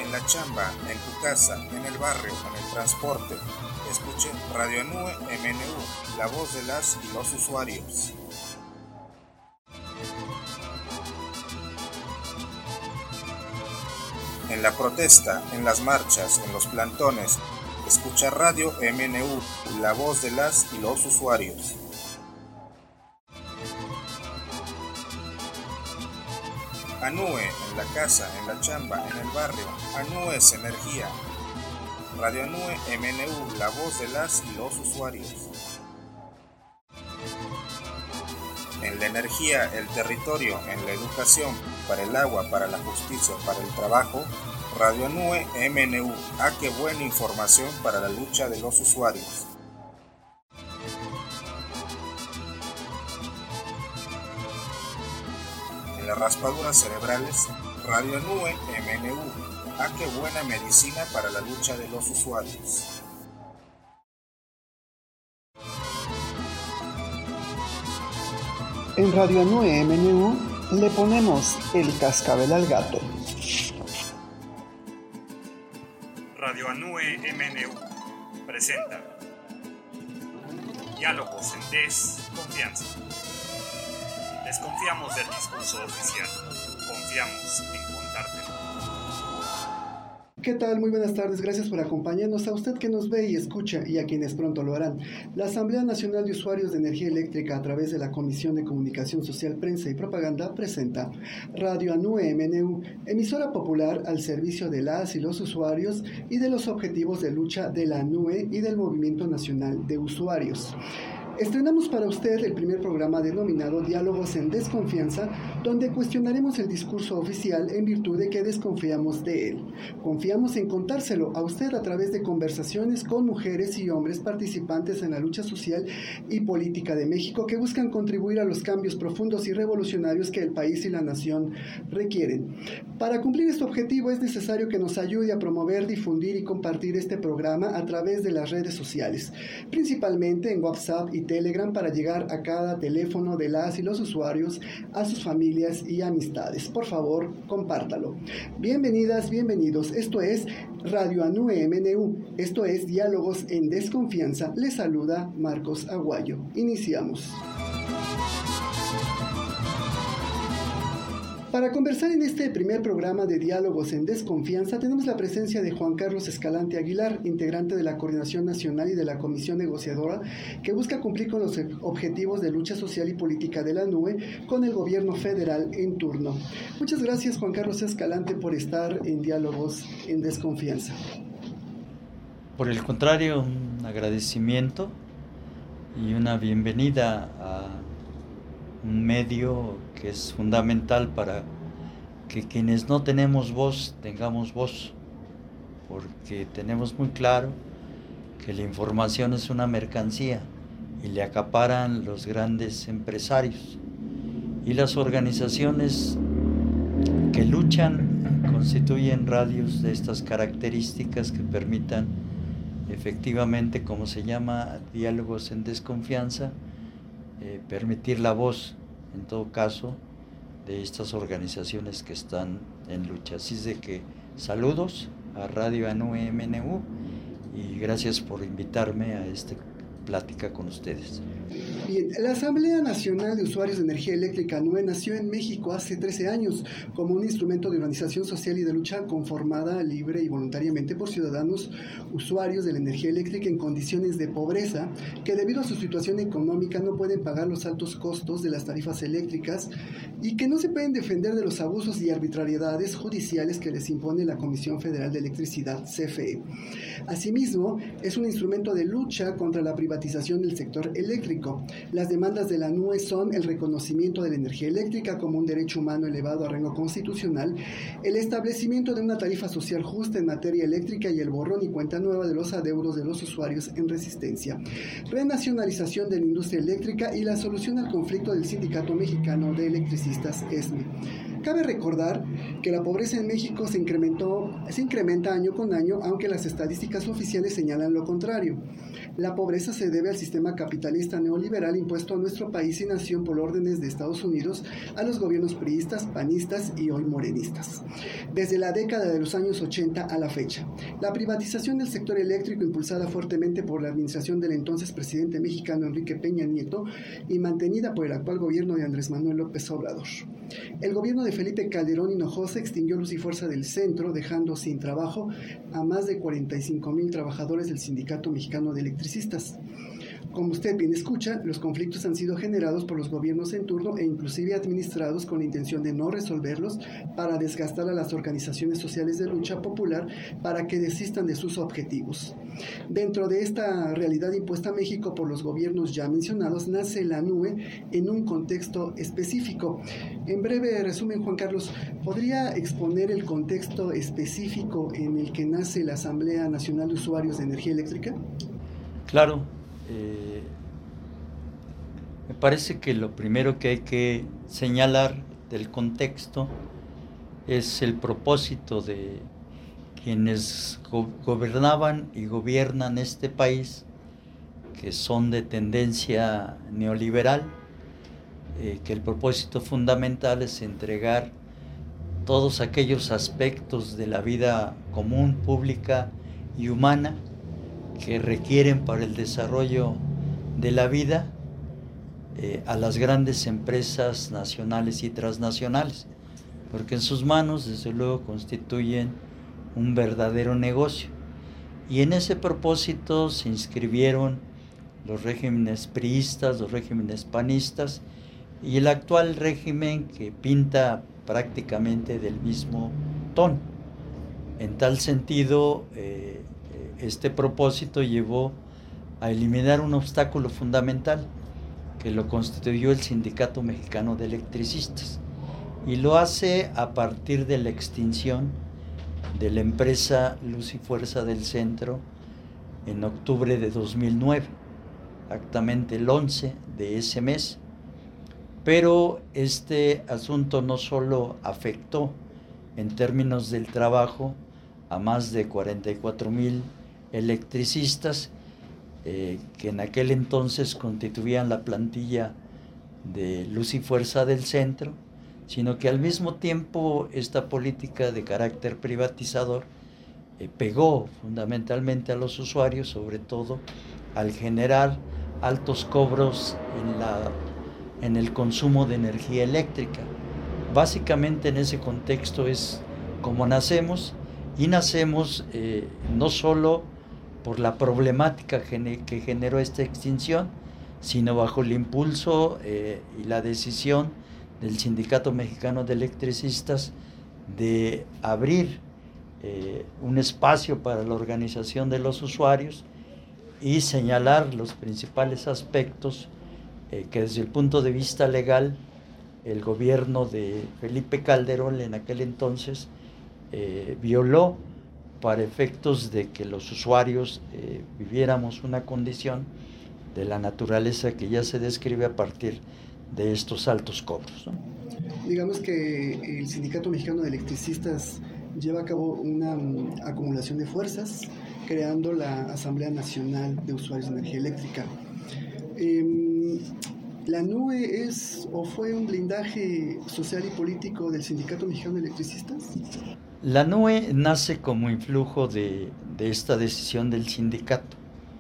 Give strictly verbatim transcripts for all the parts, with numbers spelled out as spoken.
en la chamba, en tu casa, en el barrio, en el transporte. Escuche Radio Anúe M N U, la voz de las y los usuarios. En la protesta, en las marchas, en los plantones, escucha Radio M N U, la voz de las y los usuarios. Anúe, en la casa, en la chamba, en el barrio. Anúe es energía. Radio Anúe M N U, la voz de las y los usuarios. En la energía, el territorio, en la educación, para el agua, para la justicia, para el trabajo, Radio Anúe M N U. Ah, qué buena información para la lucha de los usuarios. En las raspaduras cerebrales, Radio Anúe M N U. Ah, qué buena medicina para la lucha de los usuarios. En Radio Anúe M N U le ponemos el cascabel al gato. Radio Anúe M N U presenta Diálogos en Desconfianza. Desconfiamos del discurso oficial, confiamos en contártelo. ¿Qué tal? Muy buenas tardes, gracias por acompañarnos, a usted que nos ve y escucha y a quienes pronto lo harán. La Asamblea Nacional de Usuarios de Energía Eléctrica, a través de la Comisión de Comunicación Social, Prensa y Propaganda, presenta Radio Anúe M N U, emisora popular al servicio de las y los usuarios y de los objetivos de lucha de la Anúe y del Movimiento Nacional de Usuarios. Estrenamos para usted el primer programa denominado Diálogos en Desconfianza, donde cuestionaremos el discurso oficial en virtud de que desconfiamos de él. Confiamos en contárselo a usted a través de conversaciones con mujeres y hombres participantes en la lucha social y política de México que buscan contribuir a los cambios profundos y revolucionarios que el país y la nación requieren. Para cumplir este objetivo es necesario que nos ayude a promover, difundir y compartir este programa a través de las redes sociales, principalmente en WhatsApp y Telegram, para llegar a cada teléfono de las y los usuarios, a sus familias y amistades. Por favor, compártalo. Bienvenidas, bienvenidos. Esto es Radio Anúe M N U. Esto es Diálogos en Desconfianza. Les saluda Marcos Aguayo. Iniciamos. Para conversar en este primer programa de Diálogos en Desconfianza, tenemos la presencia de Juan Carlos Escalante Aguilar, integrante de la Coordinación Nacional y de la Comisión Negociadora, que busca cumplir con los objetivos de lucha social y política de la Anúe con el gobierno federal en turno. Muchas gracias, Juan Carlos Escalante, por estar en Diálogos en Desconfianza. Por el contrario, un agradecimiento y una bienvenida a un medio que es fundamental para que quienes no tenemos voz tengamos voz, porque tenemos muy claro que la información es una mercancía y le acaparan los grandes empresarios, y las organizaciones que luchan constituyen radios de estas características que permitan efectivamente, como se llama, Diálogos en Desconfianza, Eh, permitir la voz, en todo caso, de estas organizaciones que están en lucha. Así es de que saludos a Radio Anúe M N U y gracias por invitarme a esta plática con ustedes. Bien, la Asamblea Nacional de Usuarios de Energía Eléctrica Anúe nació en México hace trece años como un instrumento de organización social y de lucha conformada libre y voluntariamente por ciudadanos usuarios de la energía eléctrica en condiciones de pobreza que debido a su situación económica no pueden pagar los altos costos de las tarifas eléctricas y que no se pueden defender de los abusos y arbitrariedades judiciales que les impone la Comisión Federal de Electricidad, C F E. Asimismo, es un instrumento de lucha contra la privatización del sector eléctrico. Las demandas de la Anúe son el reconocimiento de la energía eléctrica como un derecho humano elevado a rango constitucional, el establecimiento de una tarifa social justa en materia eléctrica y el borrón y cuenta nueva de los adeudos de los usuarios en resistencia, renacionalización de la industria eléctrica y la solución al conflicto del Sindicato Mexicano de Electricistas, E S M E. Cabe recordar que la pobreza en México se incrementó, se incrementa año con año, aunque las estadísticas oficiales señalan lo contrario. La pobreza se debe al sistema capitalista neoliberal impuesto a nuestro país y nación por órdenes de Estados Unidos a los gobiernos priistas, panistas y hoy morenistas. Desde la década de los años ochenta a la fecha, la privatización del sector eléctrico impulsada fuertemente por la administración del entonces presidente mexicano Enrique Peña Nieto y mantenida por el actual gobierno de Andrés Manuel López Obrador. El gobierno de Felipe Calderón Hinojosa extinguió Luz y Fuerza del Centro, dejando sin trabajo a más de cuarenta y cinco mil trabajadores del Sindicato Mexicano de Electricistas. Como usted bien escucha, los conflictos han sido generados por los gobiernos en turno e inclusive administrados con la intención de no resolverlos para desgastar a las organizaciones sociales de lucha popular para que desistan de sus objetivos. Dentro de esta realidad impuesta a México por los gobiernos ya mencionados, nace la N U E en un contexto específico. En breve resumen, Juan Carlos, ¿podría exponer el contexto específico en el que nace la Asamblea Nacional de Usuarios de Energía Eléctrica? Claro. Eh, me parece que lo primero que hay que señalar del contexto es el propósito de quienes go- gobernaban y gobiernan este país, que son de tendencia neoliberal, eh, que el propósito fundamental es entregar todos aquellos aspectos de la vida común, pública y humana que requieren para el desarrollo de la vida eh, a las grandes empresas nacionales y transnacionales, porque en sus manos desde luego constituyen un verdadero negocio. Y en ese propósito se inscribieron los regímenes priistas, los regímenes panistas y el actual régimen, que pinta prácticamente del mismo tono. En tal sentido, eh, este propósito llevó a eliminar un obstáculo fundamental que lo constituyó el Sindicato Mexicano de Electricistas, y lo hace a partir de la extinción de la empresa Luz y Fuerza del Centro en octubre de dos mil nueve, exactamente el once de ese mes. Pero este asunto no solo afectó en términos del trabajo a más de cuarenta y cuatro mil electricistas, eh, que en aquel entonces constituían la plantilla de Luz y Fuerza del Centro, sino que al mismo tiempo esta política de carácter privatizador eh, pegó fundamentalmente a los usuarios, sobre todo al generar altos cobros en, la, en el consumo de energía eléctrica. Básicamente en ese contexto es como nacemos, y nacemos eh, no solo por la problemática que generó esta extinción, sino bajo el impulso eh, y la decisión del Sindicato Mexicano de Electricistas de abrir eh, un espacio para la organización de los usuarios y señalar los principales aspectos eh, que desde el punto de vista legal el gobierno de Felipe Calderón en aquel entonces eh, violó para efectos de que los usuarios eh, viviéramos una condición de la naturaleza que ya se describe a partir de estos altos cobros, ¿no? Digamos que el Sindicato Mexicano de Electricistas lleva a cabo una um, acumulación de fuerzas, creando la Asamblea Nacional de Usuarios de Energía Eléctrica. Eh, ¿La N U E es o fue un blindaje social y político del Sindicato Mexicano de Electricistas? La N U E nace como influjo de, de esta decisión del sindicato,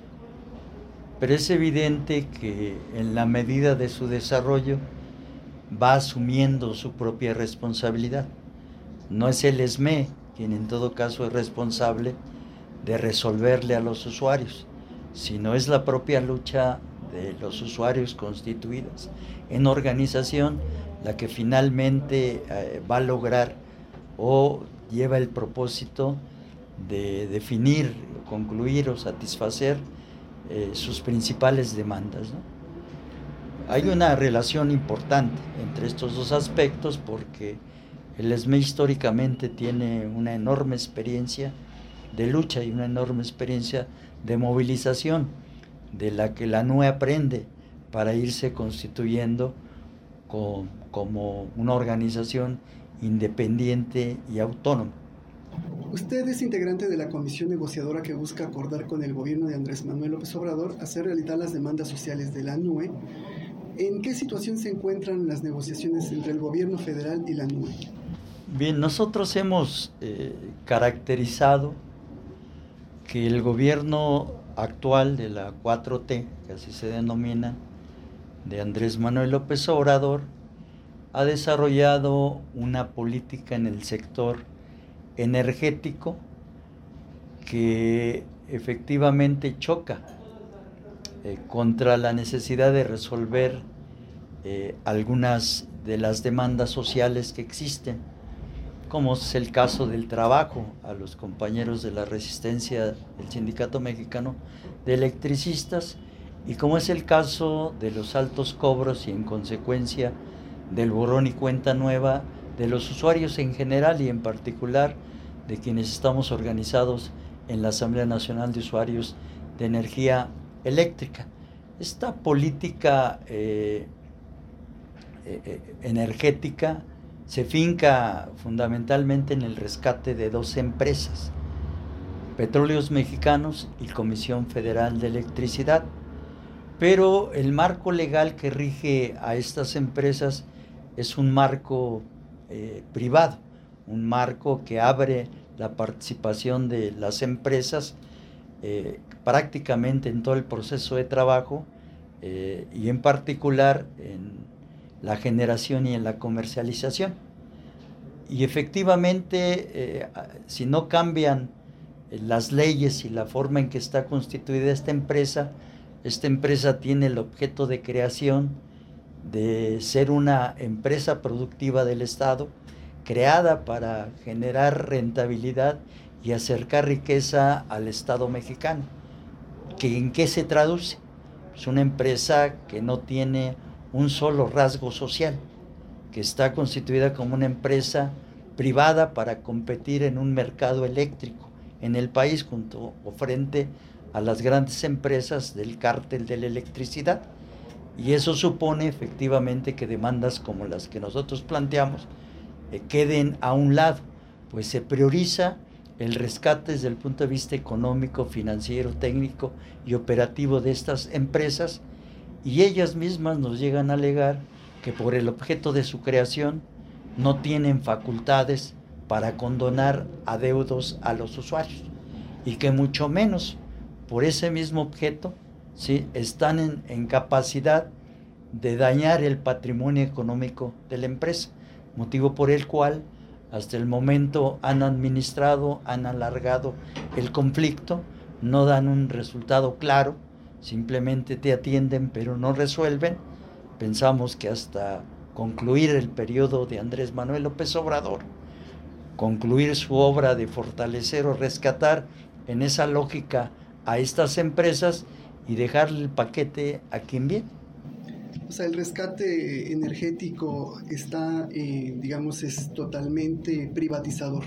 pero es evidente que en la medida de su desarrollo va asumiendo su propia responsabilidad. No es el E S M E quien en todo caso es responsable de resolverle a los usuarios, sino es la propia lucha de los usuarios constituidos en organización la que finalmente eh, va a lograr o lleva el propósito de definir, concluir o satisfacer eh, sus principales demandas, ¿no? Hay una relación importante entre estos dos aspectos porque el E S M E históricamente tiene una enorme experiencia de lucha y una enorme experiencia de movilización, de la que la N U E aprende para irse constituyendo con, como una organización independiente y autónoma. Usted es integrante de la comisión negociadora que busca acordar con el gobierno de Andrés Manuel López Obrador hacer realidad las demandas sociales de la N U E. ¿En qué situación se encuentran las negociaciones entre el gobierno federal y la N U E? Bien, nosotros hemos eh, caracterizado que el gobierno actual de la cuatro T, que así se denomina, de Andrés Manuel López Obrador, ha desarrollado una política en el sector energético que efectivamente choca eh, contra la necesidad de resolver eh, algunas de las demandas sociales que existen, como es el caso del trabajo a los compañeros de la resistencia del Sindicato Mexicano de Electricistas, y como es el caso de los altos cobros y en consecuencia del borrón y cuenta nueva de los usuarios en general y en particular de quienes estamos organizados en la Asamblea Nacional de Usuarios de Energía Eléctrica. Esta política eh, eh, energética se finca fundamentalmente en el rescate de dos empresas, Petróleos Mexicanos y Comisión Federal de Electricidad, pero el marco legal que rige a estas empresas es un marco eh, privado, un marco que abre la participación de las empresas eh, prácticamente en todo el proceso de trabajo eh, y en particular en la generación y en la comercialización. Y efectivamente, eh, si no cambian las leyes y la forma en que está constituida esta empresa, esta empresa tiene el objeto de creación de ser una empresa productiva del Estado, creada para generar rentabilidad y acercar riqueza al Estado mexicano. ¿Que ¿En qué se traduce? Es una empresa que no tiene un solo rasgo social, que está constituida como una empresa privada para competir en un mercado eléctrico en el país junto o frente a las grandes empresas del cártel de la electricidad. Y eso supone efectivamente que demandas como las que nosotros planteamos eh, queden a un lado, pues se prioriza el rescate desde el punto de vista económico, financiero, técnico y operativo de estas empresas, y ellas mismas nos llegan a alegar que por el objeto de su creación no tienen facultades para condonar adeudos a los usuarios, y que mucho menos por ese mismo objeto, ¿sí?, están en, en capacidad de dañar el patrimonio económico de la empresa, motivo por el cual hasta el momento han administrado, han alargado el conflicto, no dan un resultado claro, simplemente te atienden pero no resuelven. Pensamos que hasta concluir el periodo de Andrés Manuel López Obrador, concluir su obra de fortalecer o rescatar en esa lógica a estas empresas y dejarle el paquete a quien viene. O sea, el rescate energético está, eh, digamos, es totalmente privatizador.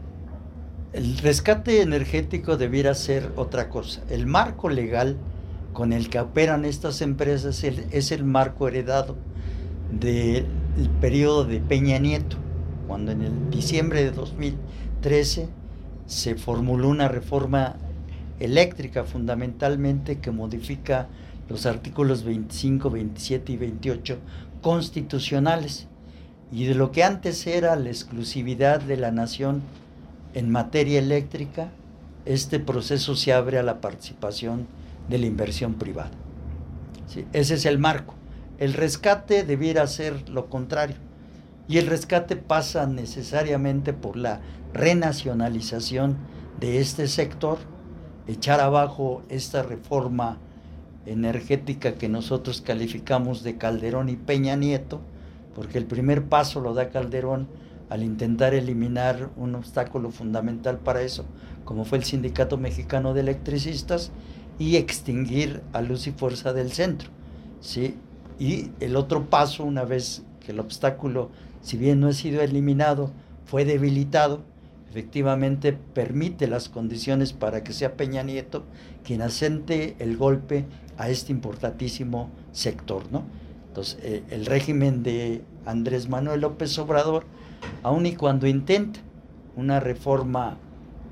El rescate energético debiera ser otra cosa. El marco legal con el que operan estas empresas es el, es el marco heredado del periodo de Peña Nieto, cuando en el diciembre de dos mil trece se formuló una reforma eléctrica fundamentalmente que modifica los artículos veinticinco, veintisiete y veintiocho constitucionales, y de lo que antes era la exclusividad de la nación en materia eléctrica, este proceso se abre a la participación de la inversión privada. ¿Sí? Ese es el marco. El rescate debiera ser lo contrario, y el rescate pasa necesariamente por la renacionalización de este sector, echar abajo esta reforma energética que nosotros calificamos de Calderón y Peña Nieto, porque el primer paso lo da Calderón al intentar eliminar un obstáculo fundamental para eso, como fue el Sindicato Mexicano de Electricistas, y extinguir a Luz y Fuerza del Centro, ¿sí? Y el otro paso, una vez que el obstáculo, si bien no ha sido eliminado, fue debilitado, efectivamente permite las condiciones para que sea Peña Nieto quien asente el golpe a este importantísimo sector, ¿no? Entonces, eh, el régimen de Andrés Manuel López Obrador, aun y cuando intenta una reforma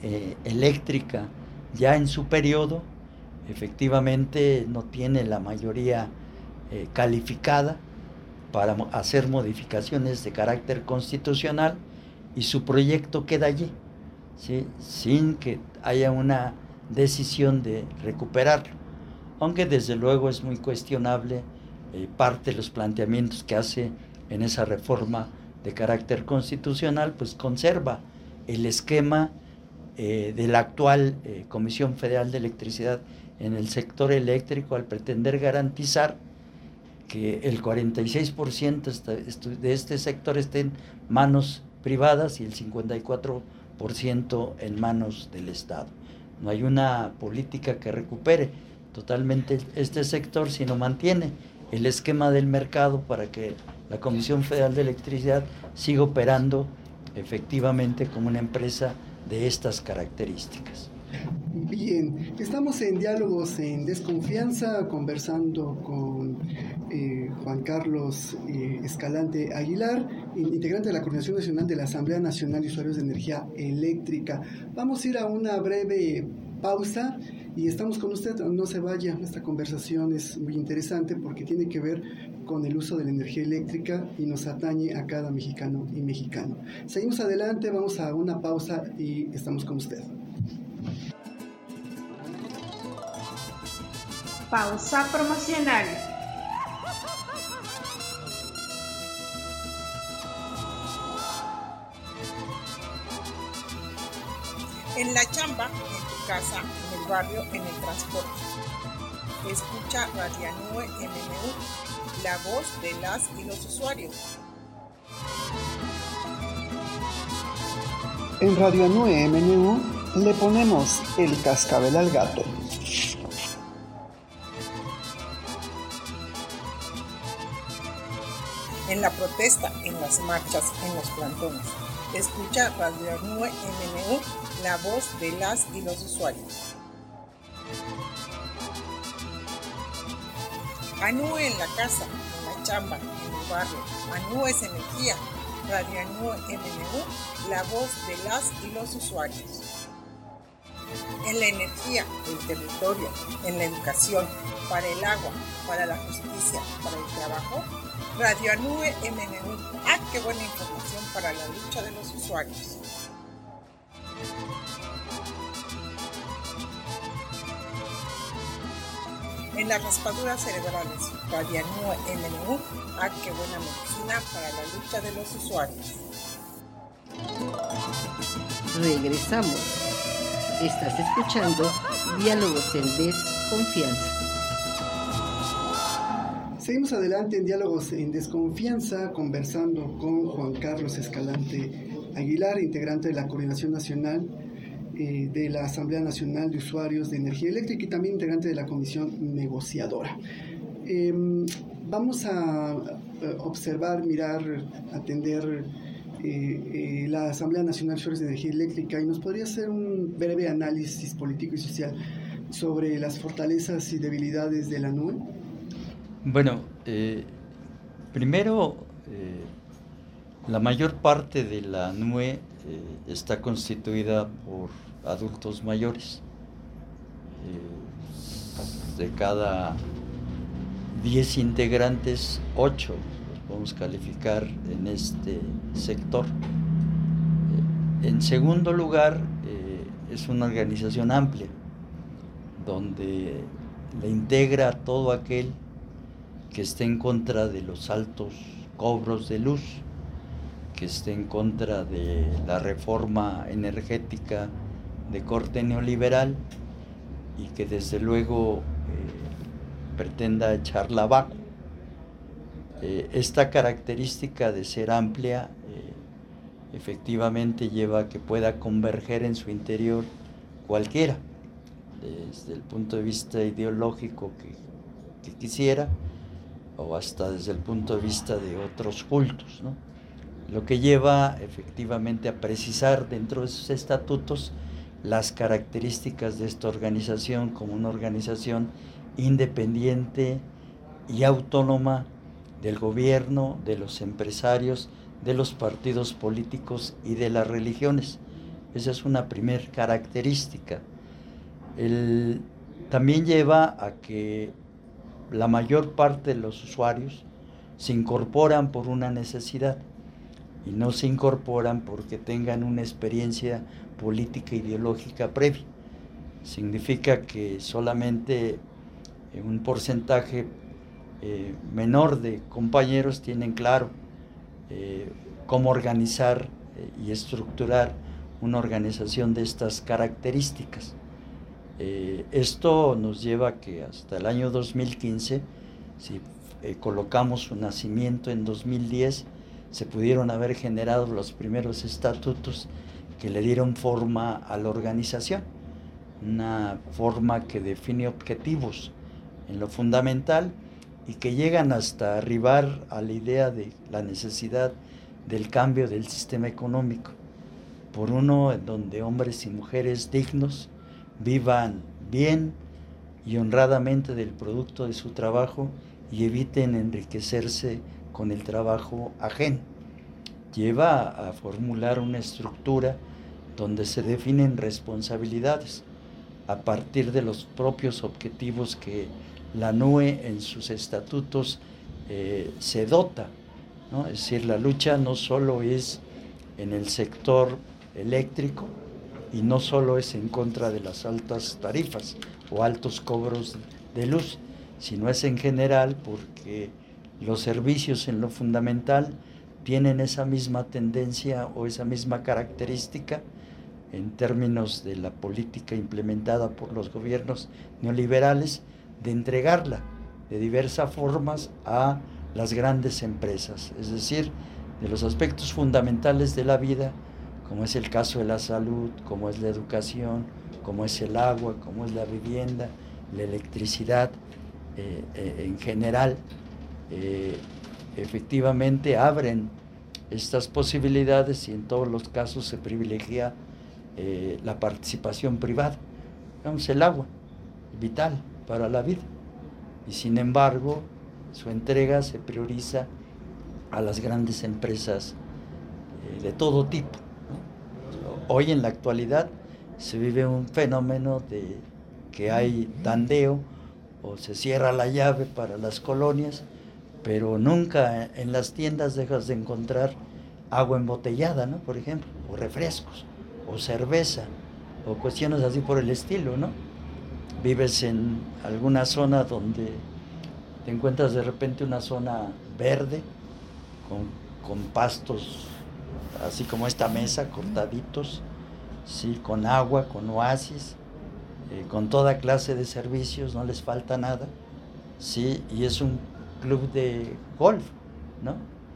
eh, eléctrica ya en su periodo, efectivamente no tiene la mayoría eh, calificada para hacer modificaciones de carácter constitucional y su proyecto queda allí, ¿sí?, sin que haya una decisión de recuperarlo, aunque desde luego es muy cuestionable eh, parte de los planteamientos que hace en esa reforma de carácter constitucional, pues conserva el esquema eh, de la actual eh, Comisión Federal de Electricidad en el sector eléctrico, al pretender garantizar que el cuarenta y seis por ciento de este sector esté en manos privadas y el cincuenta y cuatro por ciento en manos del Estado. No hay una política que recupere totalmente este sector, sino mantiene el esquema del mercado para que la Comisión Federal de Electricidad siga operando efectivamente como una empresa de estas características. Bien, estamos en Diálogos en Desconfianza, conversando con eh, Juan Carlos eh, Escalante Aguilar, integrante de la Coordinación Nacional de la Asamblea Nacional de Usuarios de Energía Eléctrica. Vamos a ir a una breve pausa y estamos con usted, no se vaya. Esta conversación es muy interesante porque tiene que ver con el uso de la energía eléctrica y nos atañe a cada mexicano y mexicano. Seguimos adelante, vamos a una pausa y estamos con usted. Pausa promocional. En la chamba, en tu casa, en el barrio, en el transporte. Escucha Radio Anue M N U, la voz de las y los usuarios. En Radio Anue M N U le ponemos el cascabel al gato. En la protesta, en las marchas, en los plantones. Escucha Radio Anue M N U, la voz de las y los usuarios. Anue en la casa, en la chamba, en el barrio. Anue es energía. Radio Anue M N U, la voz de las y los usuarios. En la energía, el territorio, en la educación, para el agua, para la justicia, para el trabajo. Radio Anue M N U. ¡Ah, qué buena información para la lucha de los usuarios! En las raspaduras cerebrales, Radio Anue M N U. ¡Ah, qué buena medicina para la lucha de los usuarios! Regresamos. Estás escuchando Diálogos en Desconfianza. Seguimos adelante en Diálogos en Desconfianza, conversando con Juan Carlos Escalante Aguilar, integrante de la Coordinación Nacional eh, de la Asamblea Nacional de Usuarios de Energía Eléctrica y también integrante de la Comisión Negociadora. Eh, vamos a observar, mirar, atender eh, eh, la Asamblea Nacional de Usuarios de Energía Eléctrica, y nos podría hacer un breve análisis político y social sobre las fortalezas y debilidades de la Anue. Bueno, eh, primero, eh, la mayor parte de la Anue eh, está constituida por adultos mayores. Eh, de cada diez integrantes, ocho los podemos calificar en este sector. Eh, en segundo lugar, eh, es una organización amplia, donde le integra a todo aquel que esté en contra de los altos cobros de luz, que esté en contra de la reforma energética de corte neoliberal y que desde luego eh, pretenda echarla abajo. Eh, esta característica de ser amplia eh, efectivamente lleva a que pueda converger en su interior cualquiera, desde el punto de vista ideológico que, que quisiera, o hasta desde el punto de vista de otros cultos, ¿no? Lo que lleva efectivamente a precisar dentro de sus estatutos las características de esta organización como una organización independiente y autónoma del gobierno, de los empresarios, de los partidos políticos y de las religiones. Esa es una primera característica. El, también lleva a que la mayor parte de los usuarios se incorporan por una necesidad y no se incorporan porque tengan una experiencia política ideológica previa. Significa que solamente un porcentaje eh, menor de compañeros tienen claro eh, cómo organizar eh, y estructurar una organización de estas características. Eh, esto nos lleva a que hasta el año dos mil quince, si eh, colocamos su nacimiento en dos mil diez, se pudieron haber generado los primeros estatutos que le dieron forma a la organización, una forma que define objetivos en lo fundamental y que llegan hasta arribar a la idea de la necesidad del cambio del sistema económico, por uno en donde hombres y mujeres dignos vivan bien y honradamente del producto de su trabajo y eviten enriquecerse con el trabajo ajeno. Lleva a formular una estructura donde se definen responsabilidades a partir de los propios objetivos que la N U E en sus estatutos eh, se dota, ¿no? Es decir, la lucha no solo es en el sector eléctrico y no solo es en contra de las altas tarifas o altos cobros de luz, sino es en general porque los servicios en lo fundamental tienen esa misma tendencia o esa misma característica en términos de la política implementada por los gobiernos neoliberales, de entregarla de diversas formas a las grandes empresas, es decir, de los aspectos fundamentales de la vida, como es el caso de la salud, como es la educación, como es el agua, como es la vivienda, la electricidad, eh, eh, en general, eh, efectivamente abren estas posibilidades y en todos los casos se privilegia eh, la participación privada. Digamos, el agua, vital para la vida, y sin embargo su entrega se prioriza a las grandes empresas eh, de todo tipo, ¿no? Hoy en la actualidad se vive un fenómeno de que hay tandeo o se cierra la llave para las colonias, pero nunca en las tiendas dejas de encontrar agua embotellada, ¿no? Por ejemplo, o refrescos, o cerveza, o cuestiones así por el estilo, ¿no? Vives en alguna zona donde te encuentras de repente una zona verde, con, con pastos, así como esta mesa, cortaditos, sí, con agua, con oasis, eh, con toda clase de servicios, no les falta nada, sí, y es un club de golf, ¿no?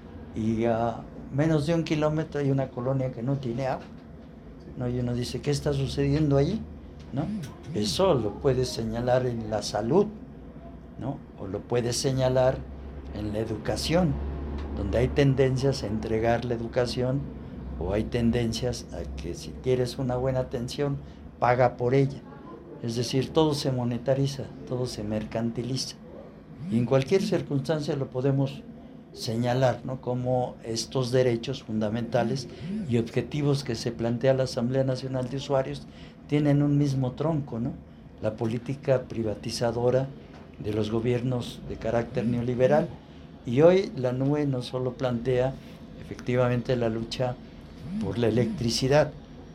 Y a menos de un kilómetro hay una colonia que no tiene agua, ¿no? Y uno dice, ¿qué está sucediendo allí? ¿No? Eso lo puedes señalar en la salud, ¿no? O lo puedes señalar en la educación, donde hay tendencias a entregar la educación, o hay tendencias a que si quieres una buena atención, paga por ella. Es decir, todo se monetariza, todo se mercantiliza. Y en cualquier circunstancia lo podemos señalar, ¿no? Como estos derechos fundamentales y objetivos que se plantea la Asamblea Nacional de Usuarios tienen un mismo tronco, ¿no? La política privatizadora de los gobiernos de carácter neoliberal. Y hoy la N U E no solo plantea efectivamente la lucha por la electricidad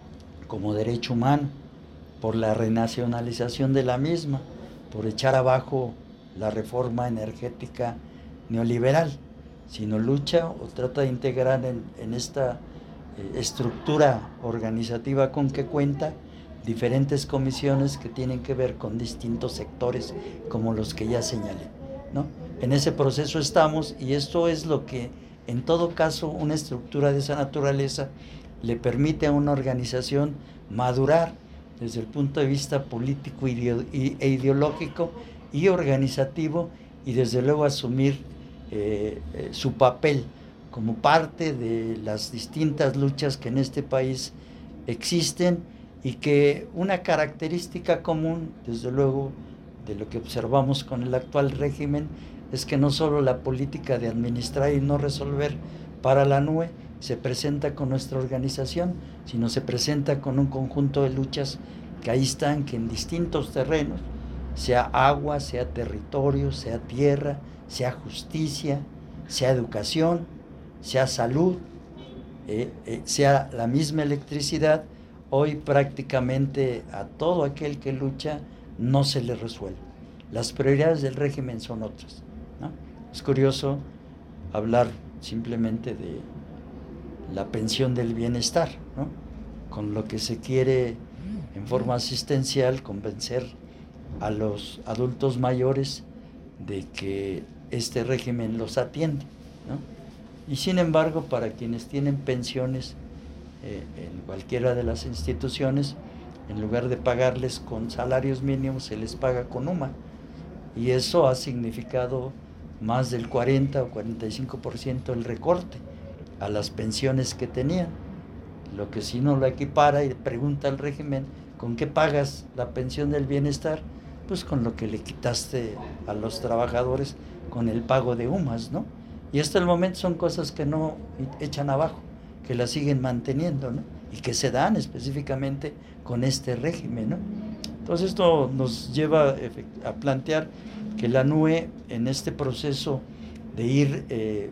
como derecho humano, por la renacionalización de la misma, por echar abajo la reforma energética neoliberal, sino lucha o trata de integrar en, en esta eh, estructura organizativa con que cuenta diferentes comisiones que tienen que ver con distintos sectores como los que ya señalé, ¿no? En ese proceso estamos, y esto es lo que en todo caso una estructura de esa naturaleza le permite a una organización madurar desde el punto de vista político e ideológico y organizativo, y desde luego asumir eh, eh, su papel como parte de las distintas luchas que en este país existen, y que una característica común, desde luego, de lo que observamos con el actual régimen, es que no solo la política de administrar y no resolver para la N U E se presenta con nuestra organización, sino se presenta con un conjunto de luchas que ahí están, que en distintos terrenos, sea agua, sea territorio, sea tierra, sea justicia, sea educación, sea salud, eh, eh, sea la misma electricidad, hoy prácticamente a todo aquel que lucha no se le resuelve. Las prioridades del régimen son otras, ¿no? Es curioso hablar simplemente de la pensión del bienestar, ¿no? Con lo que se quiere en forma asistencial convencer a los adultos mayores de que este régimen los atiende, ¿no? Y sin embargo, para quienes tienen pensiones eh, en cualquiera de las instituciones, en lugar de pagarles con salarios mínimos, se les paga con U M A, y eso ha significado más del cuarenta o cuarenta y cinco por ciento el recorte a las pensiones que tenían. Lo que si no lo equipara y pregunta al régimen, ¿con qué pagas la pensión del bienestar? Pues con lo que le quitaste a los trabajadores con el pago de U M As, ¿no? Y hasta el momento son cosas que no echan abajo, que las siguen manteniendo, ¿no? Y que se dan específicamente con este régimen, ¿no? Entonces esto nos lleva a plantear que la N U E, en este proceso de ir eh,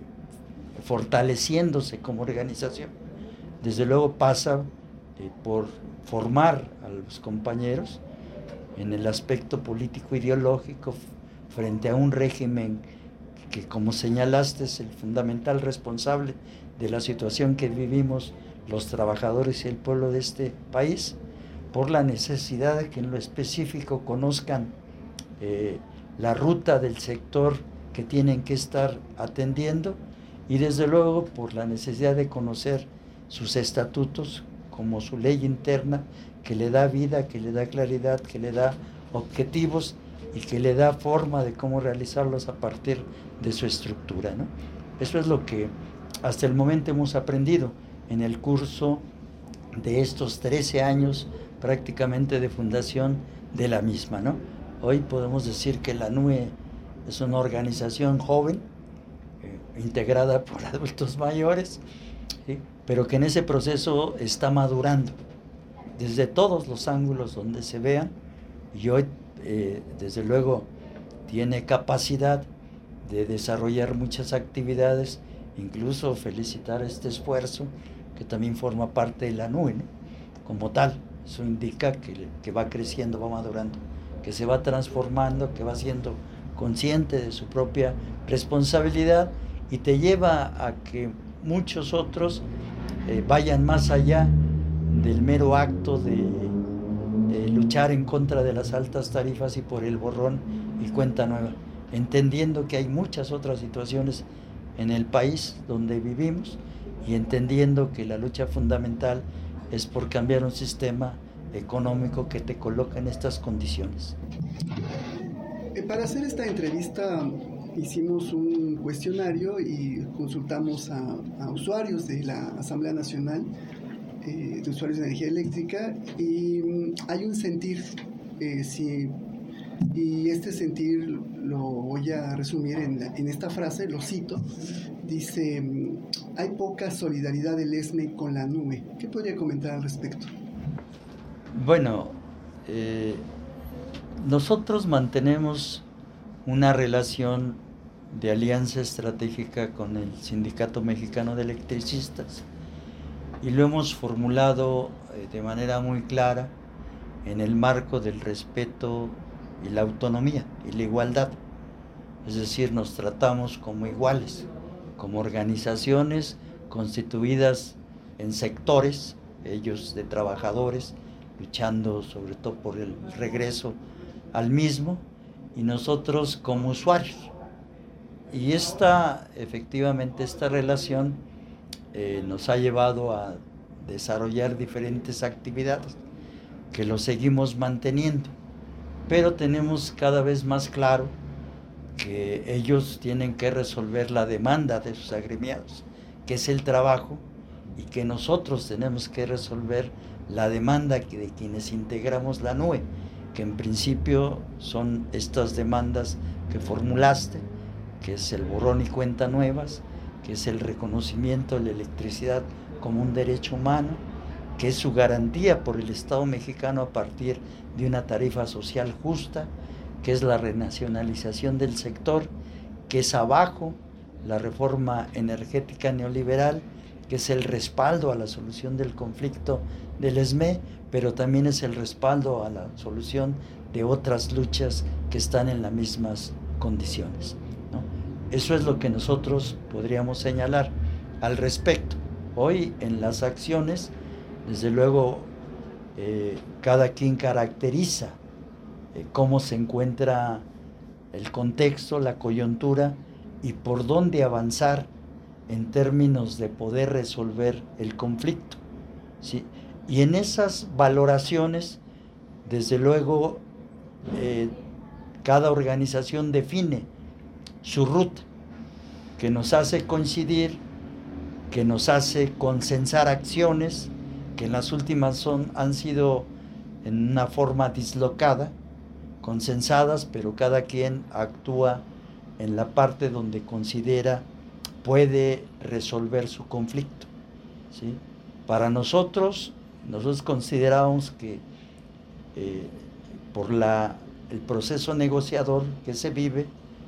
fortaleciéndose como organización, desde luego pasa eh, por formar a los compañeros en el aspecto político-ideológico frente a un régimen que, como señalaste, es el fundamental responsable de la situación que vivimos los trabajadores y el pueblo de este país, por la necesidad de que en lo específico conozcan eh, la ruta del sector que tienen que estar atendiendo, y desde luego por la necesidad de conocer sus estatutos como su ley interna, que le da vida, que le da claridad, que le da objetivos y que le da forma de cómo realizarlos a partir de su estructura, ¿no? Eso es lo que hasta el momento hemos aprendido en el curso de estos trece años prácticamente de fundación de la misma, ¿no? Hoy podemos decir que la N U E es una organización joven, eh, integrada por adultos mayores, ¿sí? Pero que en ese proceso está madurando desde todos los ángulos donde se vean, y hoy eh, desde luego tiene capacidad de desarrollar muchas actividades, incluso felicitar este esfuerzo que también forma parte de la N U E, ¿no? Como tal. Eso indica que, que va creciendo, va madurando, que se va transformando, que va siendo consciente de su propia responsabilidad, y te lleva a que muchos otros eh, vayan más allá del mero acto de eh, luchar en contra de las altas tarifas y por el borrón y cuenta nueva, entendiendo que hay muchas otras situaciones en el país donde vivimos, y entendiendo que la lucha fundamental es por cambiar un sistema económico que te coloca en estas condiciones. Para hacer esta entrevista hicimos un cuestionario y consultamos a, a usuarios de la Asamblea Nacional eh, de Usuarios de Energía Eléctrica, y um, hay un sentir, eh, si, y este sentir lo voy a resumir en, la, en esta frase, lo cito, dice: hay poca solidaridad del E S M E con la N U E. ¿Qué podría comentar al respecto? Bueno, eh, nosotros mantenemos una relación de alianza estratégica con el Sindicato Mexicano de Electricistas, y lo hemos formulado eh, de manera muy clara en el marco del respeto y la autonomía y la igualdad. Es decir, nos tratamos como iguales, como organizaciones constituidas en sectores, ellos de trabajadores, luchando sobre todo por el regreso al mismo, y nosotros como usuarios. Y esta, efectivamente, esta relación eh, nos ha llevado a desarrollar diferentes actividades que lo seguimos manteniendo, pero tenemos cada vez más claro que ellos tienen que resolver la demanda de sus agremiados, que es el trabajo, y que nosotros tenemos que resolver la demanda de quienes integramos la N U E, que en principio son estas demandas que formulaste, que es el borrón y cuenta nuevas, que es el reconocimiento de la electricidad como un derecho humano, que es su garantía por el Estado mexicano a partir de una tarifa social justa, que es la renacionalización del sector, que es abajo la reforma energética neoliberal, que es el respaldo a la solución del conflicto del E S M E, pero también es el respaldo a la solución de otras luchas que están en las mismas condiciones, ¿no? Eso es lo que nosotros podríamos señalar al respecto. Hoy en las acciones, desde luego, eh, cada quien caracteriza eh, cómo se encuentra el contexto, la coyuntura y por dónde avanzar en términos de poder resolver el conflicto, ¿sí? Y en esas valoraciones, desde luego, eh, cada organización define su ruta, que nos hace coincidir, que nos hace consensar acciones, que en las últimas son, han sido en una forma dislocada, consensadas, pero cada quien actúa en la parte donde considera puede resolver su conflicto, ¿sí? Para nosotros, nosotros consideramos que eh, por la, el proceso negociador que se vive,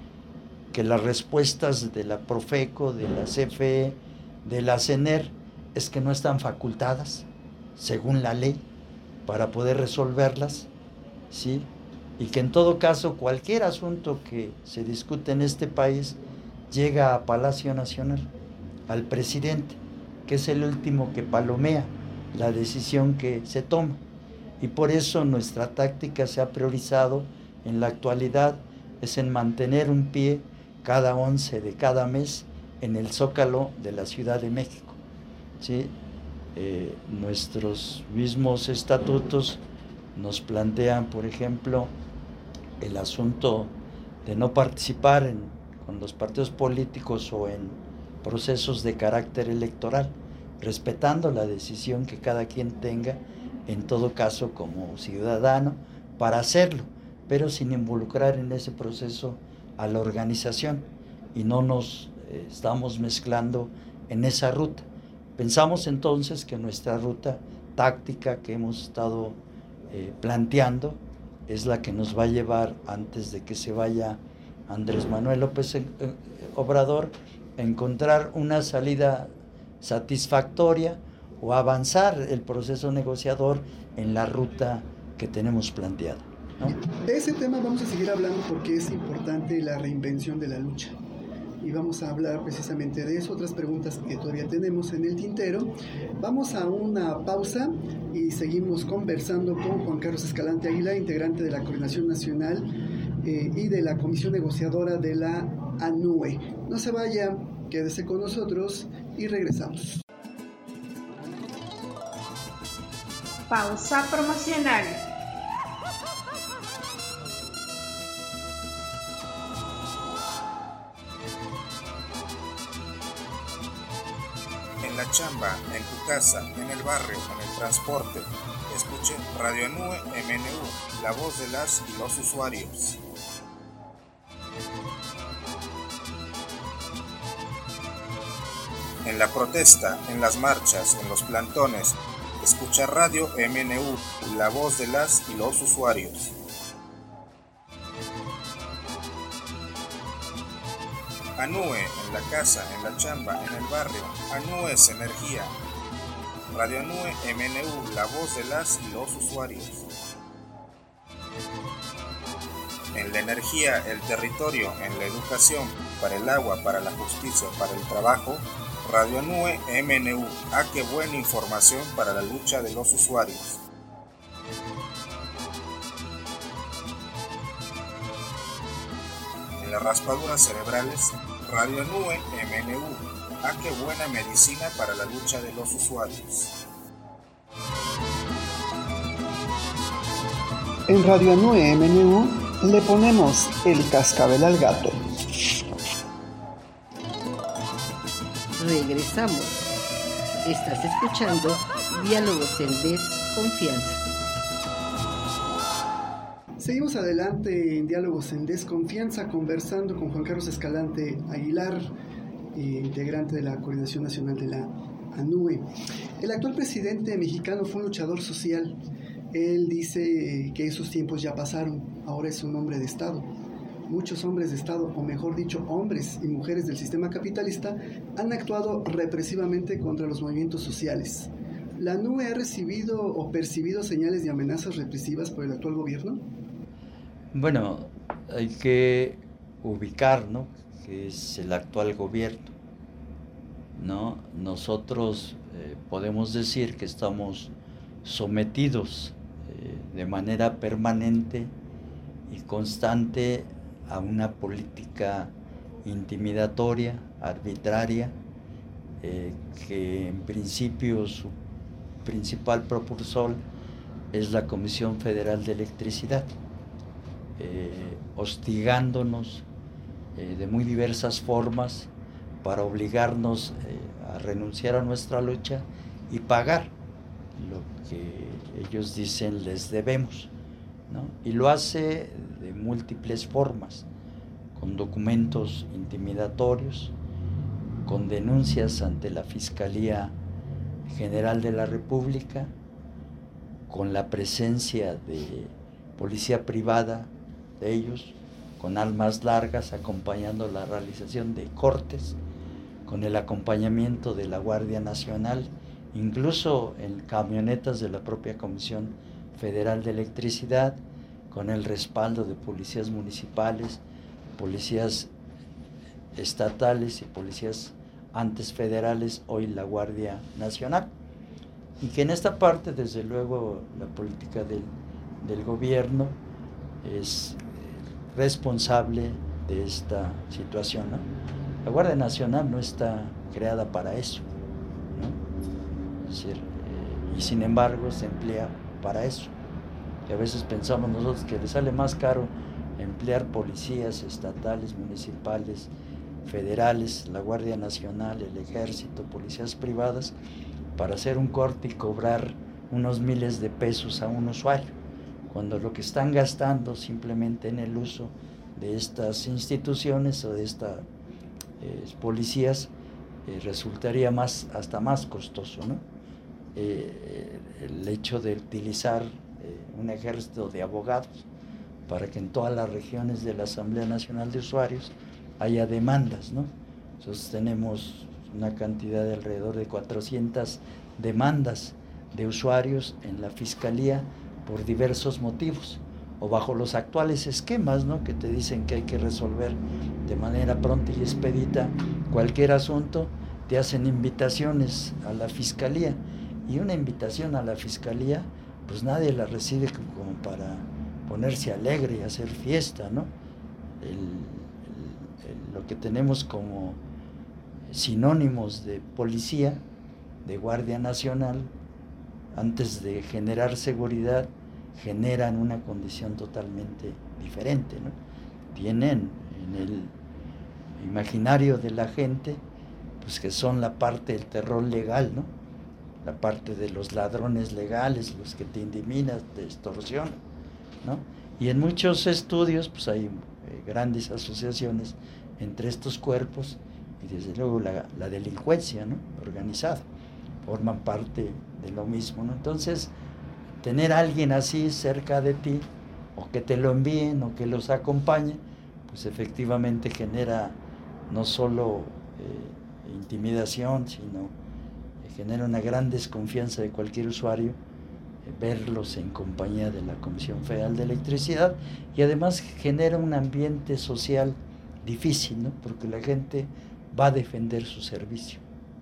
que las respuestas de la Profeco, de la C F E, de la C N E R, es que no están facultadas, según la ley, para poder resolverlas, ¿sí? Y que en todo caso cualquier asunto que se discute en este país llega a Palacio Nacional, al presidente, que es el último que palomea la decisión que se toma. Y por eso nuestra táctica se ha priorizado en la actualidad, es en mantener un pie cada once de cada mes en el Zócalo de la Ciudad de México, ¿sí? Eh, nuestros mismos estatutos nos plantean, por ejemplo, el asunto de no participar en, con los partidos políticos o en procesos de carácter electoral, respetando la decisión que cada quien tenga, en todo caso como ciudadano, para hacerlo, pero sin involucrar en ese proceso a la organización, y no nos eh, estamos mezclando en esa ruta. Pensamos entonces que nuestra ruta táctica que hemos estado eh, planteando es la que nos va a llevar, antes de que se vaya Andrés Manuel López Obrador, a encontrar una salida satisfactoria o avanzar el proceso negociador en la ruta que tenemos planteada, ¿no? De ese tema vamos a seguir hablando porque es importante la reinvención de la lucha. Y vamos a hablar precisamente de eso, otras preguntas que todavía tenemos en el tintero. Vamos a una pausa y seguimos conversando con Juan Carlos Escalante Aguilar, integrante de la Coordinación Nacional eh, y de la Comisión Negociadora de la A N U E. No se vaya, quédese con nosotros y regresamos. Pausa promocional. En la chamba, en tu casa, en el barrio, en el transporte. Escuche Radio A N U E M N U, la voz de las y los usuarios. En la protesta, en las marchas, en los plantones. Escucha Radio M N U, la voz de las y los usuarios. A N U E, en la casa, en la chamba, en el barrio. A N U E es energía. Radio A N U E M N U, la voz de las y los usuarios. En la energía, el territorio, en la educación, para el agua, para la justicia, para el trabajo. Radio A N U E M N U, ah, qué buena información para la lucha de los usuarios. En las raspaduras cerebrales, Radio A N U E M N U, ah, qué buena medicina para la lucha de los usuarios. En Radio A N U E M N U le ponemos el cascabel al gato. Regresamos. Estás escuchando Diálogos en Desconfianza. Seguimos adelante en Diálogos en Desconfianza, conversando con Juan Carlos Escalante Aguilar, eh, integrante de la Coordinación Nacional de la ANUE. El actual presidente mexicano fue un luchador social. Él dice que esos tiempos ya pasaron, ahora es un hombre de Estado. Muchos hombres de Estado, o mejor dicho, hombres y mujeres del sistema capitalista, han actuado represivamente contra los movimientos sociales. ¿La ANUE ha recibido o percibido señales de amenazas represivas por el actual gobierno? Bueno, hay que ubicar, ¿no?, que es el actual gobierno, ¿no? Nosotros eh, podemos decir que estamos sometidos eh, de manera permanente y constante a una política intimidatoria, arbitraria, eh, que en principio su principal propulsor es la Comisión Federal de Electricidad, eh, hostigándonos eh, de muy diversas formas para obligarnos eh, a renunciar a nuestra lucha y pagar lo que ellos dicen les debemos, ¿no? Y lo hace de múltiples formas, con documentos intimidatorios, con denuncias ante la Fiscalía General de la República, con la presencia de policía privada de ellos, con armas largas acompañando la realización de cortes, con el acompañamiento de la Guardia Nacional, incluso en camionetas de la propia Comisión Federal de Electricidad, con el respaldo de policías municipales, policías estatales y policías antes federales, hoy la Guardia Nacional. Y que en esta parte, desde luego, la política del, del gobierno es responsable de esta situación, ¿no? La Guardia Nacional no está creada para eso, ¿no? Es decir, eh, y sin embargo se emplea para eso. Y a veces pensamos nosotros que le sale más caro emplear policías estatales, municipales, federales, la Guardia Nacional, el Ejército, policías privadas, para hacer un corte y cobrar unos miles de pesos a un usuario, cuando lo que están gastando simplemente en el uso de estas instituciones o de estas eh, policías eh, resultaría más, hasta más costoso, ¿no? Eh, el hecho de utilizar eh, un ejército de abogados para que en todas las regiones de la Asamblea Nacional de Usuarios haya demandas, ¿no? Nosotros tenemos una cantidad de alrededor de cuatrocientas demandas de usuarios en la Fiscalía por diversos motivos, o bajo los actuales esquemas, ¿no?, que te dicen que hay que resolver de manera pronta y expedita cualquier asunto, te hacen invitaciones a la Fiscalía, y una invitación a la Fiscalía, pues nadie la recibe como para ponerse alegre y hacer fiesta, ¿no? El, el, el, lo que tenemos como sinónimos de policía, de Guardia Nacional, antes de generar seguridad, generan una condición totalmente diferente, ¿no? Tienen en el imaginario de la gente, pues que son la parte del terror legal, ¿no? La parte de los ladrones legales, los que te intimidan, te extorsionan, ¿no? Y en muchos estudios, pues hay eh, grandes asociaciones entre estos cuerpos y desde luego la, la delincuencia, ¿no?, organizada, forman parte de lo mismo, ¿no? Entonces, tener a alguien así cerca de ti, o que te lo envíen, o que los acompañe, pues efectivamente genera no solo eh, intimidación, sino eh, genera una gran desconfianza de cualquier usuario, eh, verlos en compañía de la Comisión Federal de Electricidad, y además genera un ambiente social difícil, ¿no?, porque la gente va a defender su servicio.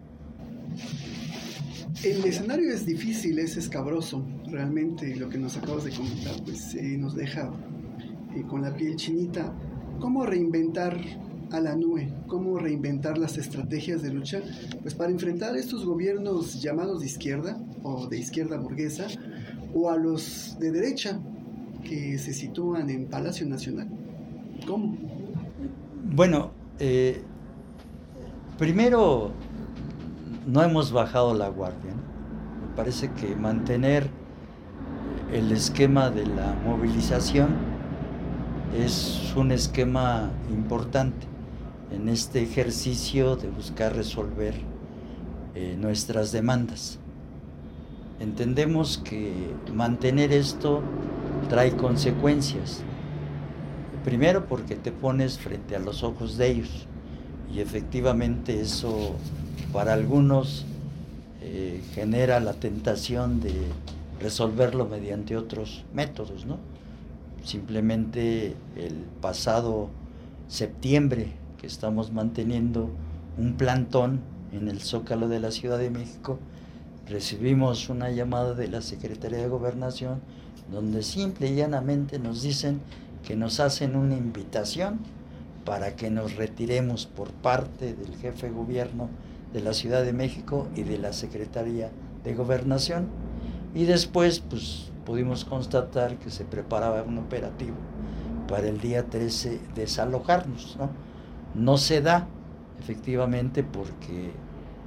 El escenario es difícil, es escabroso, realmente lo que nos acabas de comentar, pues eh, nos deja eh, con la piel chinita. ¿Cómo reinventar a la ANUE? ¿Cómo reinventar las estrategias de lucha? Pues para enfrentar a estos gobiernos llamados de izquierda o de izquierda burguesa, o a los de derecha que se sitúan en Palacio Nacional. ¿Cómo? Bueno, eh, primero, no hemos bajado la guardia, ¿no? Me parece que mantener el esquema de la movilización es un esquema importante, en este ejercicio de buscar resolver eh, nuestras demandas. Entendemos que mantener esto trae consecuencias. Primero, porque te pones frente a los ojos de ellos, y efectivamente eso para algunos eh, genera la tentación de resolverlo mediante otros métodos, ¿no? Simplemente el pasado septiembre, que estamos manteniendo un plantón en el Zócalo de la Ciudad de México, recibimos una llamada de la Secretaría de Gobernación donde simple y llanamente nos dicen que nos hacen una invitación para que nos retiremos por parte del jefe de gobierno de la Ciudad de México y de la Secretaría de Gobernación. Y después pues pudimos constatar que se preparaba un operativo para el día trece desalojarnos, ¿no? No se da efectivamente porque eh,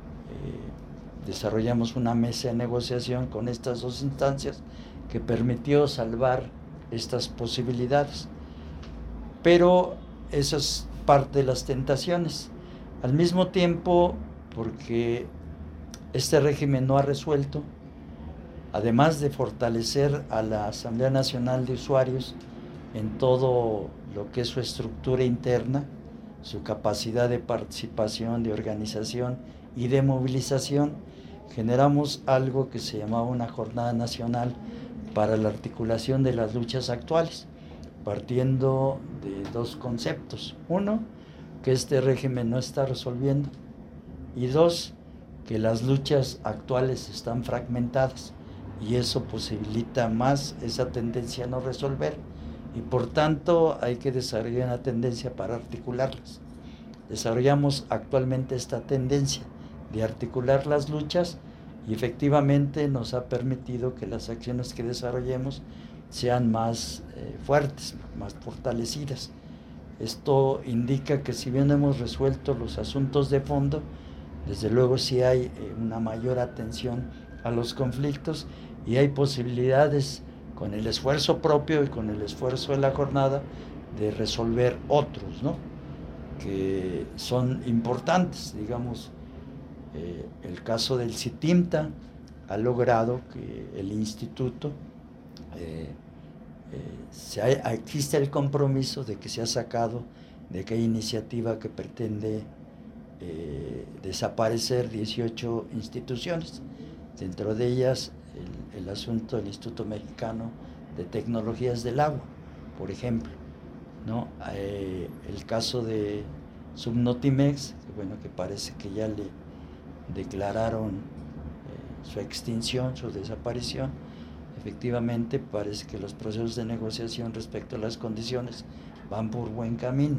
desarrollamos una mesa de negociación con estas dos instancias que permitió salvar estas posibilidades. Pero esa es parte de las tentaciones. Al mismo tiempo, porque este régimen no ha resuelto, además de fortalecer a la Asamblea Nacional de Usuarios en todo lo que es su estructura interna, su capacidad de participación, de organización y de movilización, generamos algo que se llamaba una jornada nacional para la articulación de las luchas actuales, partiendo de dos conceptos. Uno, que este régimen no está resolviendo, y dos, que las luchas actuales están fragmentadas y eso posibilita más esa tendencia a no resolver, y por tanto hay que desarrollar una tendencia para articularlas. Desarrollamos actualmente esta tendencia de articular las luchas y efectivamente nos ha permitido que las acciones que desarrollemos sean más eh, fuertes, más fortalecidas. Esto indica que si bien hemos resuelto los asuntos de fondo, desde luego sí hay eh, una mayor atención a los conflictos y hay posibilidades con el esfuerzo propio y con el esfuerzo de la jornada de resolver otros, ¿no?, que son importantes. Digamos, eh, el caso del CITIMTA ha logrado que el instituto, eh, eh, se ha, existe el compromiso de que se ha sacado de aquella iniciativa que pretende eh, desaparecer dieciocho instituciones, dentro de ellas el, el asunto del Instituto Mexicano de Tecnologías del Agua, por ejemplo, ¿no? Eh, el caso de Subnotimex, que bueno, que parece que ya le declararon eh, su extinción, su desaparición. Efectivamente parece que los procesos de negociación respecto a las condiciones van por buen camino.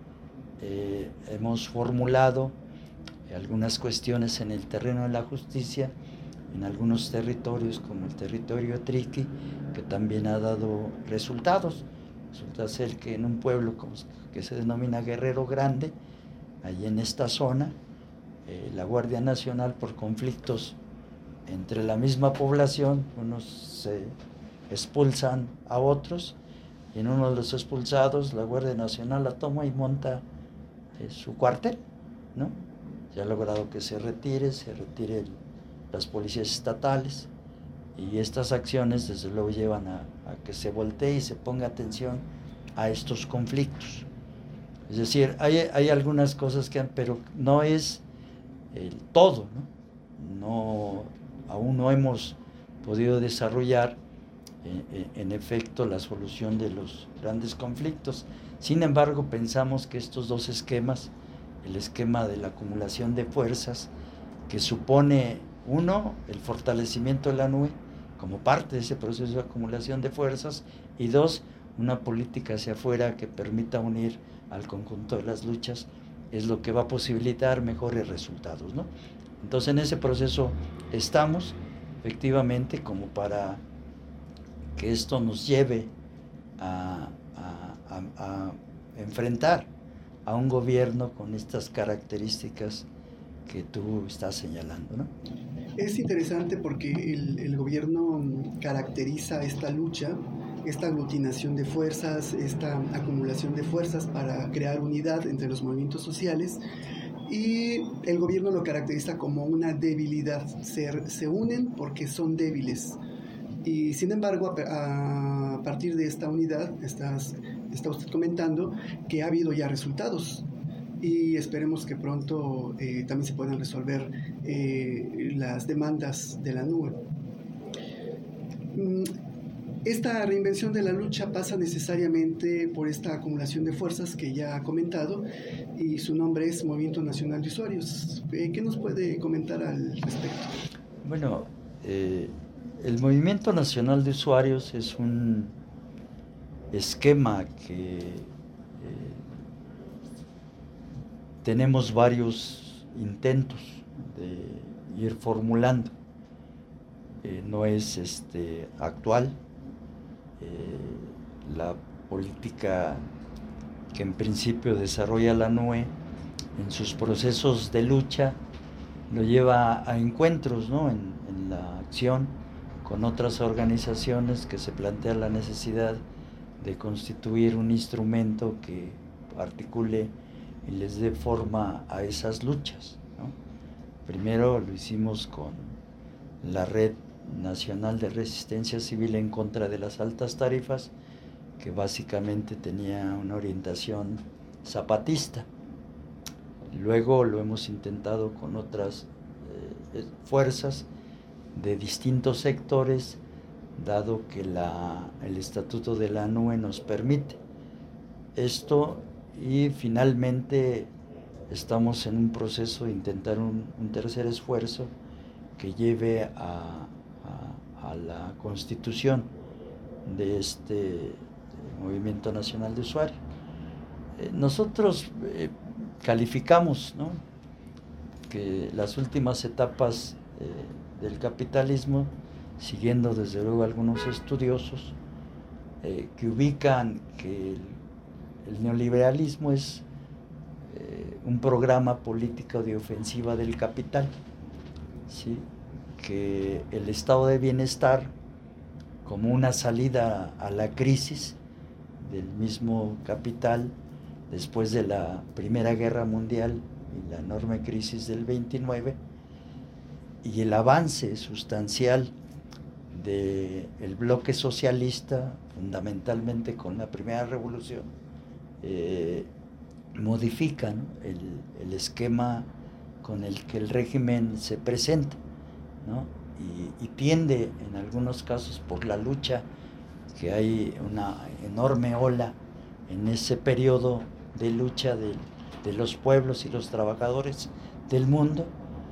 Eh, hemos formulado algunas cuestiones en el terreno de la justicia, en algunos territorios como el territorio Triqui, que también ha dado resultados. Resulta ser que en un pueblo como, que se denomina Guerrero Grande, allí en esta zona, eh, la Guardia Nacional, por conflictos entre la misma población, unos se expulsan a otros, y en uno de los expulsados la Guardia Nacional la toma y monta eh, su cuartel, ¿no? Se ha logrado que se retire, se retire el, las policías estatales, y estas acciones desde luego llevan a, a que se voltee y se ponga atención a estos conflictos. Es decir, hay, hay algunas cosas que han, pero no es el todo, ¿no? No, aún no hemos podido desarrollar eh, en efecto la solución de los grandes conflictos. Sin embargo, pensamos que estos dos esquemas, el esquema de la acumulación de fuerzas, que supone, uno, el fortalecimiento de la nube como parte de ese proceso de acumulación de fuerzas, y dos, una política hacia afuera que permita unir al conjunto de las luchas, es lo que va a posibilitar mejores resultados, ¿no? Entonces, en ese proceso estamos, efectivamente, como para que esto nos lleve a, a, a, a enfrentar a un gobierno con estas características que tú estás señalando, ¿no? Es interesante porque el, el gobierno caracteriza esta lucha esta aglutinación de fuerzas, esta acumulación de fuerzas para crear unidad entre los movimientos sociales, y el gobierno lo caracteriza como una debilidad. Se, se unen porque son débiles. Y sin embargo, a, a partir de esta unidad, estás, está usted comentando que ha habido ya resultados. Y esperemos que pronto eh, también se puedan resolver eh, las demandas de la N U E. Esta reinvención de la lucha pasa necesariamente por esta acumulación de fuerzas que ya ha comentado, y su nombre es Movimiento Nacional de Usuarios. Eh, ¿Qué nos puede comentar al respecto? Bueno, eh, el Movimiento Nacional de Usuarios es un esquema que eh, tenemos varios intentos de ir formulando. Eh, no es este, actual. Eh, la política que en principio desarrolla la N U E en sus procesos de lucha lo lleva a encuentros, ¿no? en, en la acción con otras organizaciones que se plantea la necesidad de constituir un instrumento que articule y les dé forma a esas luchas, ¿no? Primero lo hicimos con la Red Nacional de Resistencia Civil en contra de las altas tarifas, que básicamente tenía una orientación zapatista. Luego lo hemos intentado con otras eh, fuerzas de distintos sectores, dado que la, el estatuto de la N U E nos permite esto, y finalmente estamos en un proceso de intentar un, un tercer esfuerzo que lleve a, a, a la constitución de este Movimiento Nacional de Usuarios. Eh, nosotros eh, calificamos, ¿no?, que las últimas etapas eh, del capitalismo, siguiendo desde luego algunos estudiosos, eh, que ubican que el, el neoliberalismo es eh, un programa político de ofensiva del capital, ¿sí?, que el estado de bienestar como una salida a la crisis del mismo capital después de la Primera Guerra Mundial y la enorme crisis del veintinueve, y el avance sustancial del bloque socialista, fundamentalmente con la primera revolución, eh, modifican, ¿no?, el, el esquema con el que el régimen se presenta, ¿no?, y, y tiende en algunos casos, por la lucha, que hay una enorme ola en ese periodo de lucha de, de los pueblos y los trabajadores del mundo,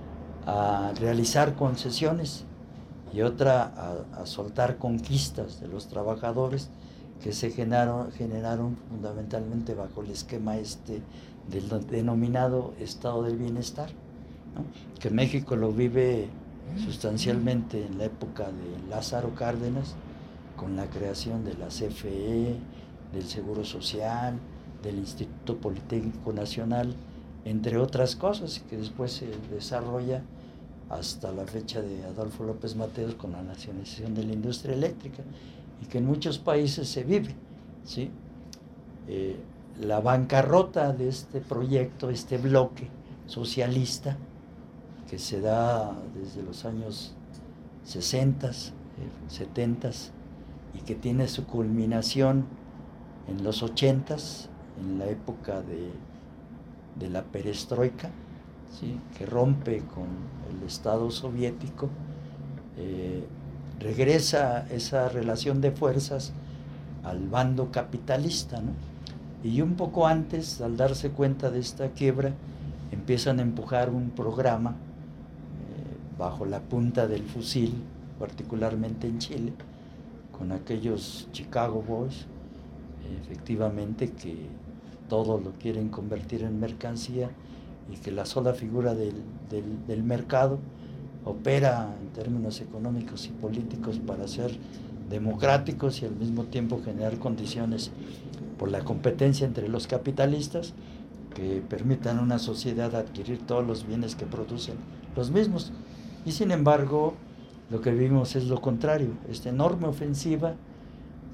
a realizar concesiones, y otra a, a soltar conquistas de los trabajadores que se generaron, generaron fundamentalmente bajo el esquema este del denominado estado del bienestar, ¿no?, que México lo vive sustancialmente en la época de Lázaro Cárdenas, con la creación de la C F E, del Seguro Social, del Instituto Politécnico Nacional, entre otras cosas, que después se desarrolla hasta la fecha de Adolfo López Mateos con la nacionalización de la industria eléctrica, y que en muchos países se vive, ¿sí? Eh, la bancarrota de este proyecto, este bloque socialista, que se da desde los años sesenta, setenta, y que tiene su culminación en los ochenta, en la época de, de la perestroika, ¿sí?, que rompe con el Estado soviético, eh, regresa esa relación de fuerzas al bando capitalista, ¿no? Y un poco antes, al darse cuenta de esta quiebra, empiezan a empujar un programa eh, bajo la punta del fusil, particularmente en Chile, con aquellos Chicago Boys, eh, efectivamente, que todo lo quieren convertir en mercancía, y que la sola figura del, del, del mercado opera en términos económicos y políticos para ser democráticos y al mismo tiempo generar condiciones por la competencia entre los capitalistas que permitan a una sociedad adquirir todos los bienes que producen los mismos. Y sin embargo, lo que vimos es lo contrario, esta enorme ofensiva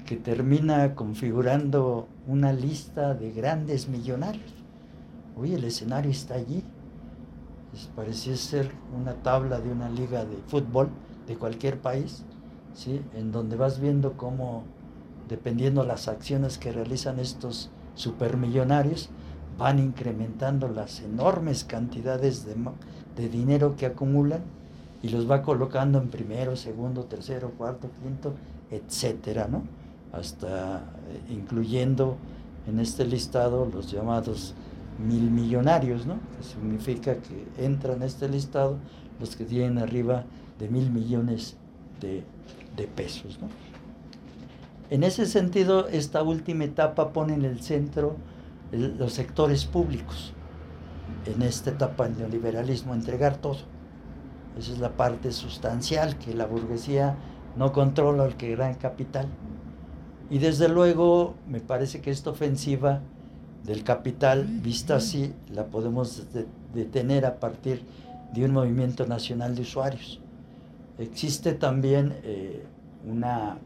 que termina configurando una lista de grandes millonarios. Oye, el escenario está allí. Es, parecía ser una tabla de una liga de fútbol de cualquier país, ¿sí? En donde vas viendo cómo, dependiendo las acciones que realizan estos supermillonarios, van incrementando las enormes cantidades de, de dinero que acumulan y los va colocando en primero, segundo, tercero, cuarto, quinto, etcétera, ¿no? Hasta eh, incluyendo en este listado los llamados mil millonarios, ¿no? Que significa que entran en este listado los que tienen arriba de mil millones de, de pesos, ¿no? En ese sentido, esta última etapa pone en el centro el, los sectores públicos. En esta etapa del neoliberalismo, entregar todo. Esa es la parte sustancial, que la burguesía no controla el que gran capital. Y desde luego, me parece que esta ofensiva del capital, vista así, la podemos detener a partir de un movimiento nacional de usuarios. Existe también eh, una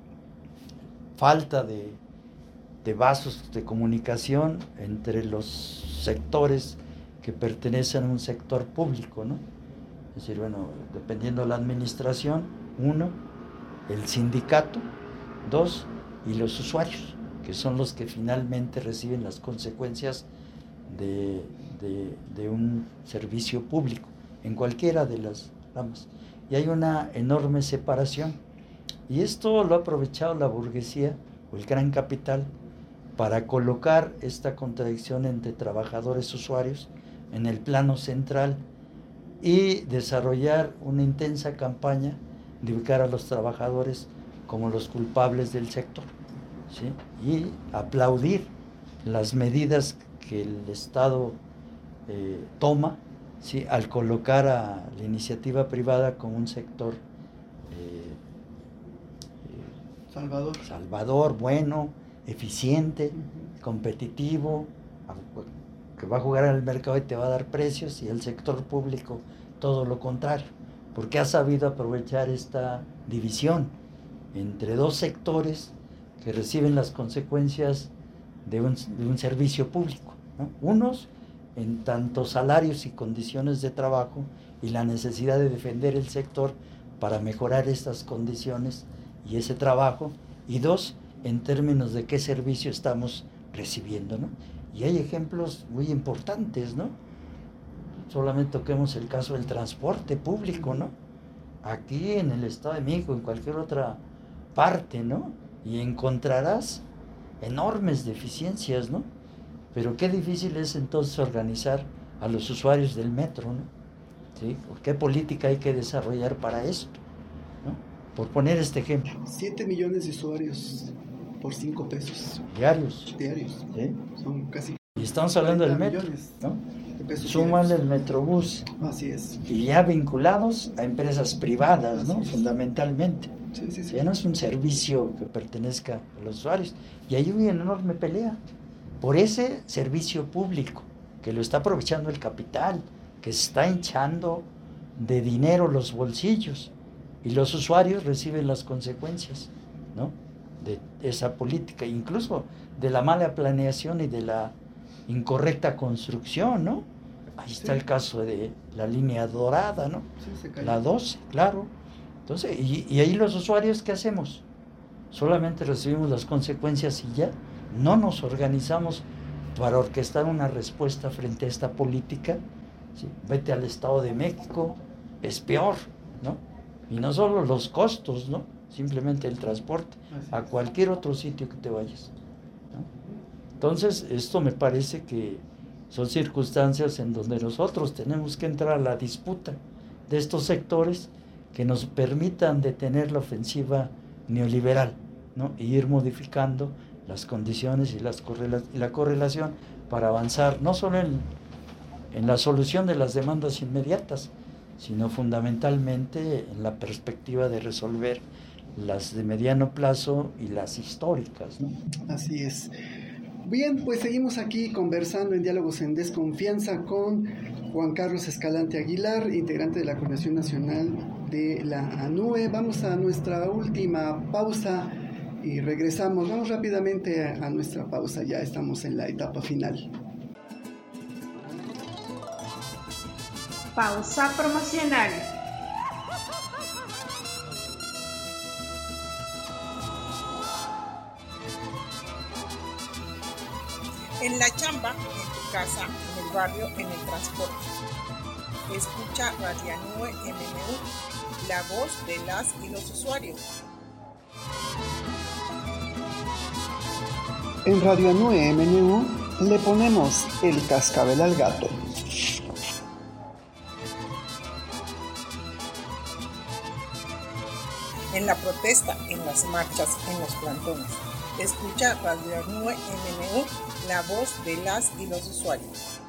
falta de, de vasos de comunicación entre los sectores que pertenecen a un sector público, ¿no? Es decir, bueno, dependiendo de la administración, uno, el sindicato, dos, y los usuarios, que son los que finalmente reciben las consecuencias de, de, de un servicio público, en cualquiera de las ramas. Y hay una enorme separación. Y esto lo ha aprovechado la burguesía o el gran capital para colocar esta contradicción entre trabajadores y usuarios en el plano central y desarrollar una intensa campaña de ubicar a los trabajadores como los culpables del sector, ¿sí? Y aplaudir las medidas que el Estado eh, toma, ¿sí? Al colocar a la iniciativa privada como un sector eh, eh, Salvador. salvador, bueno, eficiente, uh-huh. competitivo, que va a jugar en el mercado y te va a dar precios, y el sector público todo lo contrario, porque ha sabido aprovechar esta división entre dos sectores que reciben las consecuencias de un, de un servicio público, ¿no? Unos en tanto salarios y condiciones de trabajo y la necesidad de defender el sector para mejorar estas condiciones y ese trabajo, y dos, en términos de qué servicio estamos recibiendo, ¿no? Y hay ejemplos muy importantes, ¿no? Solamente toquemos el caso del transporte público, ¿no? Aquí en el Estado de México, en cualquier otra parte, ¿no? Y encontrarás enormes deficiencias, ¿no? Pero qué difícil es entonces organizar a los usuarios del metro, ¿no? ¿Sí? ¿Qué política hay que desarrollar para esto, ¿no? Por poner este ejemplo. Siete millones de usuarios por cinco pesos. Diarios. Diarios. ¿Sí? Son casi. Y estamos hablando del metro, ¿no? Súmale el Metrobús. Así es. Y ya vinculados a empresas privadas, ¿no? Fundamentalmente. Sí, sí, sí. Ya no es un servicio que pertenezca a los usuarios. Y hay una enorme pelea por ese servicio público, que lo está aprovechando el capital, que se está hinchando de dinero los bolsillos, y los usuarios reciben las consecuencias, ¿no? De esa política, incluso de la mala planeación y de la incorrecta construcción, ¿no? Ahí está sí. El caso de la línea dorada, ¿no? Sí, se cayó. La doce, claro. Entonces, y, y ahí los usuarios, ¿qué hacemos? Solamente recibimos las consecuencias y ya no nos organizamos para orquestar una respuesta frente a esta política, ¿sí? Vete al Estado de México, es peor, ¿no? Y no solo los costos, ¿no? Simplemente el transporte, a cualquier otro sitio que te vayas, ¿no? Entonces, esto me parece que son circunstancias en donde nosotros tenemos que entrar a la disputa de estos sectores que nos permitan detener la ofensiva neoliberal, ¿no? E ir modificando las condiciones y, las correla- y la correlación para avanzar no solo en, en la solución de las demandas inmediatas, sino fundamentalmente en la perspectiva de resolver las de mediano plazo y las históricas, ¿no? Así es. Bien, pues seguimos aquí conversando en Diálogos en Desconfianza con Juan Carlos Escalante Aguilar, integrante de la Coordinación Nacional de la ANUE. Vamos a nuestra última pausa y regresamos. Vamos rápidamente a, a nuestra pausa, ya estamos en la etapa final. Pausa promocional. En la chamba, en tu casa, en el barrio, en el transporte. Escucha Radio Anúe M N U, la voz de las y los usuarios. En Radio Anúe M N U le ponemos el cascabel al gato. En la protesta, en las marchas, en los plantones. Escucha Radio Anúe M N U, la voz de las y los usuarios.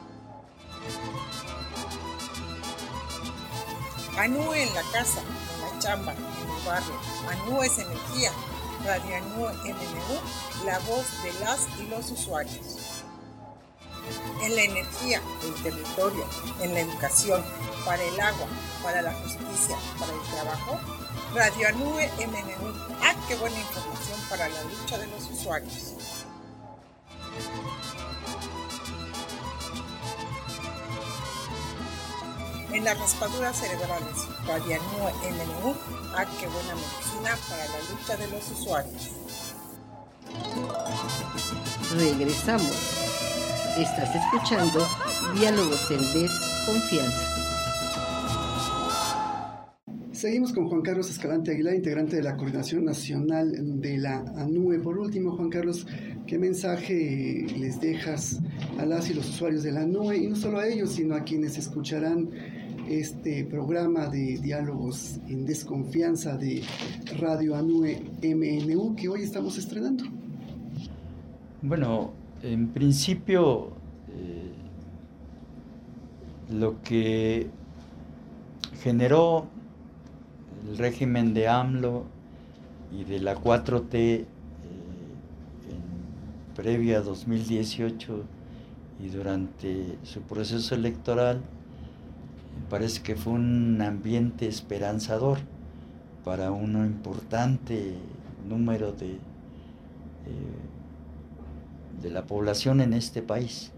Anúe en la casa, en la chamba, en el barrio. Anúe es energía. Radio Anúe M N U, la voz de las y los usuarios. En la energía, el territorio, en la educación, para el agua, para la justicia, para el trabajo. Radio Anúe M N U. ¡Ah, qué buena información para la lucha de los usuarios! En las raspaduras cerebrales, Radio Anúe M N U. ¡Ah, qué buena medicina para la lucha de los usuarios! Regresamos. Estás escuchando Diálogos en Desconfianza. Seguimos con Juan Carlos Escalante Aguilar, integrante de la Coordinación Nacional de la Anúe. Por último, Juan Carlos, ¿qué mensaje les dejas a las y los usuarios de la Anúe? Y no solo a ellos, sino a quienes escucharán este programa de Diálogos en Desconfianza de Radio Anúe M N U que hoy estamos estrenando. Bueno, en principio, eh, lo que generó el régimen de AMLO y de la cuatro T eh, en previa a dos mil dieciocho y durante su proceso electoral, me parece que fue un ambiente esperanzador para un importante número de, eh, de la población en este país,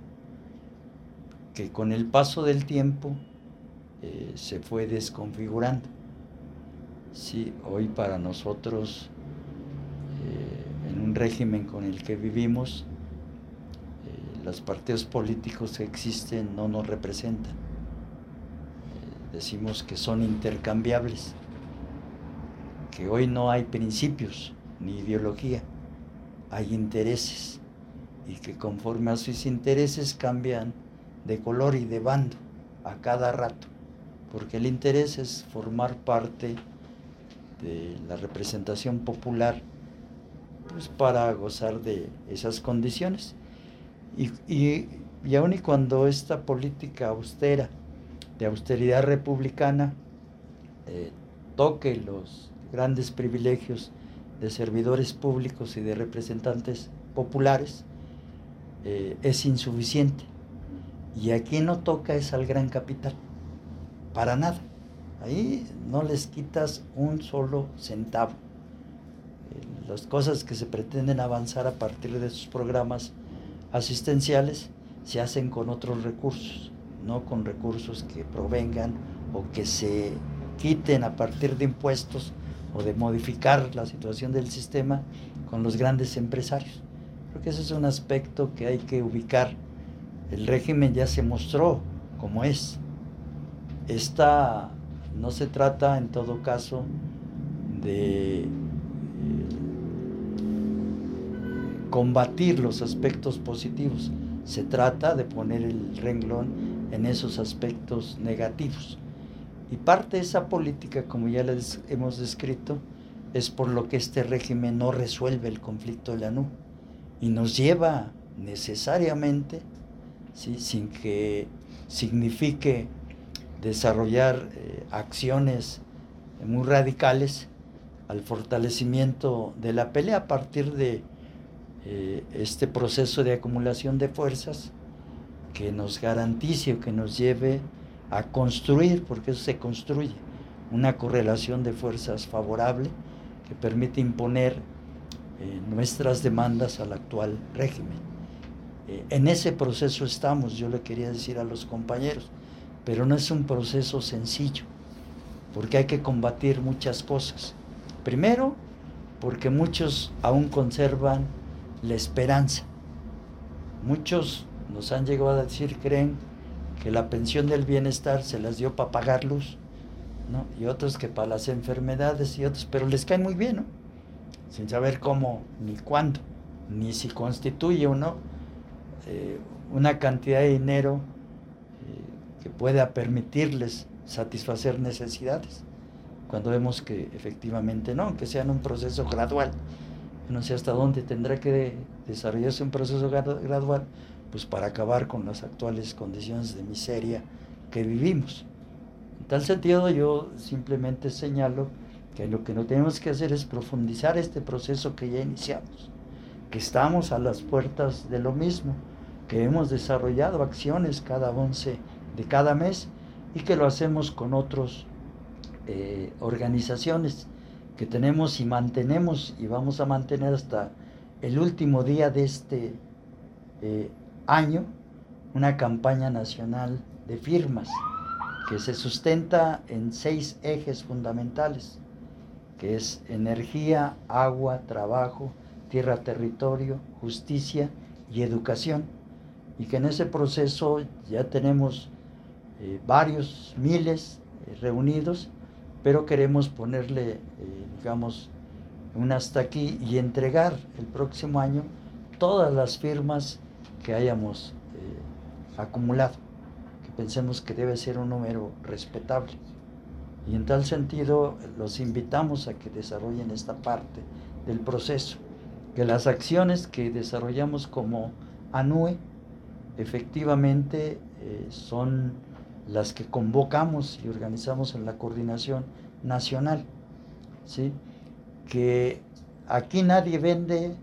que con el paso del tiempo eh, se fue desconfigurando. Sí, hoy para nosotros, eh, en un régimen con el que vivimos, eh, los partidos políticos que existen no nos representan. Eh, decimos que son intercambiables, que hoy no hay principios ni ideología, hay intereses, y que conforme a sus intereses cambian de color y de bando a cada rato, porque el interés es formar parte de la representación popular, pues para gozar de esas condiciones. Y, y, y aun y cuando esta política austera, de austeridad republicana, eh, toque los grandes privilegios de servidores públicos y de representantes populares, eh, es insuficiente. Y a quien no toca es al gran capital, para nada. Ahí no les quitas un solo centavo. Eh, las cosas que se pretenden avanzar a partir de sus programas asistenciales se hacen con otros recursos, no con recursos que provengan o que se quiten a partir de impuestos o de modificar la situación del sistema con los grandes empresarios. Creo que ese es un aspecto que hay que ubicar. El régimen ya se mostró como es. Esta no se trata, en todo caso, de eh, combatir los aspectos positivos. Se trata de poner el renglón en esos aspectos negativos. Y parte de esa política, como ya les hemos descrito, es por lo que este régimen no resuelve el conflicto de la Anúe y nos lleva necesariamente, ¿sí?, sin que signifique desarrollar eh, acciones muy radicales, al fortalecimiento de la pelea a partir de eh, este proceso de acumulación de fuerzas que nos garantice o que nos lleve a construir, porque eso se construye, una correlación de fuerzas favorable que permite imponer eh, nuestras demandas al actual régimen. Eh, en ese proceso estamos, yo le quería decir a los compañeros, pero no es un proceso sencillo, porque hay que combatir muchas cosas. Primero, porque muchos aún conservan la esperanza. Muchos nos han llegado a decir, creen que la pensión del bienestar se las dio para pagar luz, ¿no? Y otros que para las enfermedades y otros, pero les cae muy bien, ¿no? Sin saber cómo, ni cuándo, ni si constituye o no eh, una cantidad de dinero eh, que pueda permitirles satisfacer necesidades, cuando vemos que efectivamente no, que sea en un proceso gradual. No sé hasta dónde tendrá que desarrollarse un proceso gradual, pues para acabar con las actuales condiciones de miseria que vivimos. En tal sentido, yo simplemente señalo que lo que no tenemos que hacer es profundizar este proceso que ya iniciamos, que estamos a las puertas de lo mismo, que hemos desarrollado acciones cada once de cada mes y que lo hacemos con otros eh, organizaciones que tenemos y mantenemos y vamos a mantener hasta el último día de este eh, año, una campaña nacional de firmas que se sustenta en seis ejes fundamentales, que es energía, agua, trabajo, tierra, territorio, justicia y educación, y que en ese proceso ya tenemos eh, varios miles eh, reunidos, pero queremos ponerle, eh, digamos, un hasta aquí y entregar el próximo año todas las firmas que hayamos eh, acumulado, que pensemos que debe ser un número respetable. Y en tal sentido los invitamos a que desarrollen esta parte del proceso, que las acciones que desarrollamos como ANUE efectivamente eh, son las que convocamos y organizamos en la coordinación nacional, ¿sí? Que aquí nadie vende eh,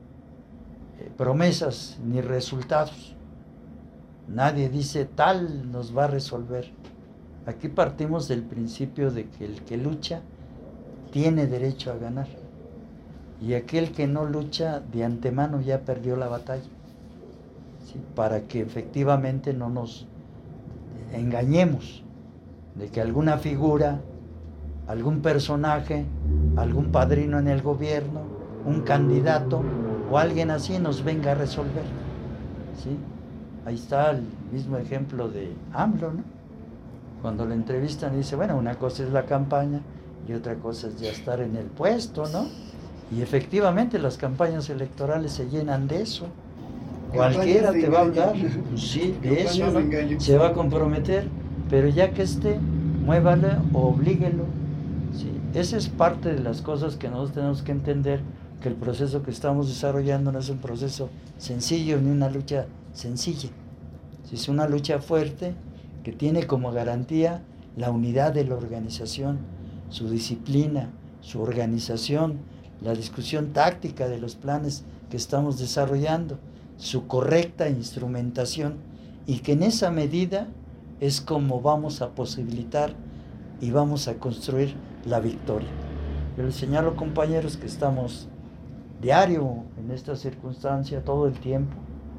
promesas ni resultados, nadie dice tal nos va a resolver. Aquí partimos del principio de que el que lucha tiene derecho a ganar, y aquel que no lucha de antemano ya perdió la batalla, ¿sí? Para que efectivamente no nos engañemos de que alguna figura, algún personaje, algún padrino en el gobierno, un candidato o alguien así nos venga a resolver, ¿sí? Ahí está el mismo ejemplo de AMLO, ¿no? Cuando lo entrevistan dice, bueno, una cosa es la campaña y otra cosa es ya estar en el puesto, ¿no? Y efectivamente las campañas electorales se llenan de eso. Cualquiera te va a hablar, pues sí, de eso, ¿no? Se va a comprometer, pero ya que esté, muévale o oblíguelo, ¿sí? Esa es parte de las cosas que nosotros tenemos que entender, que el proceso que estamos desarrollando no es un proceso sencillo ni una lucha sencilla, ¿sí? Es una lucha fuerte que tiene como garantía la unidad de la organización, su disciplina, su organización, la discusión táctica de los planes que estamos desarrollando, su correcta instrumentación, y que en esa medida es como vamos a posibilitar y vamos a construir la victoria. Yo les señalo, compañeros, que estamos diario en esta circunstancia, todo el tiempo,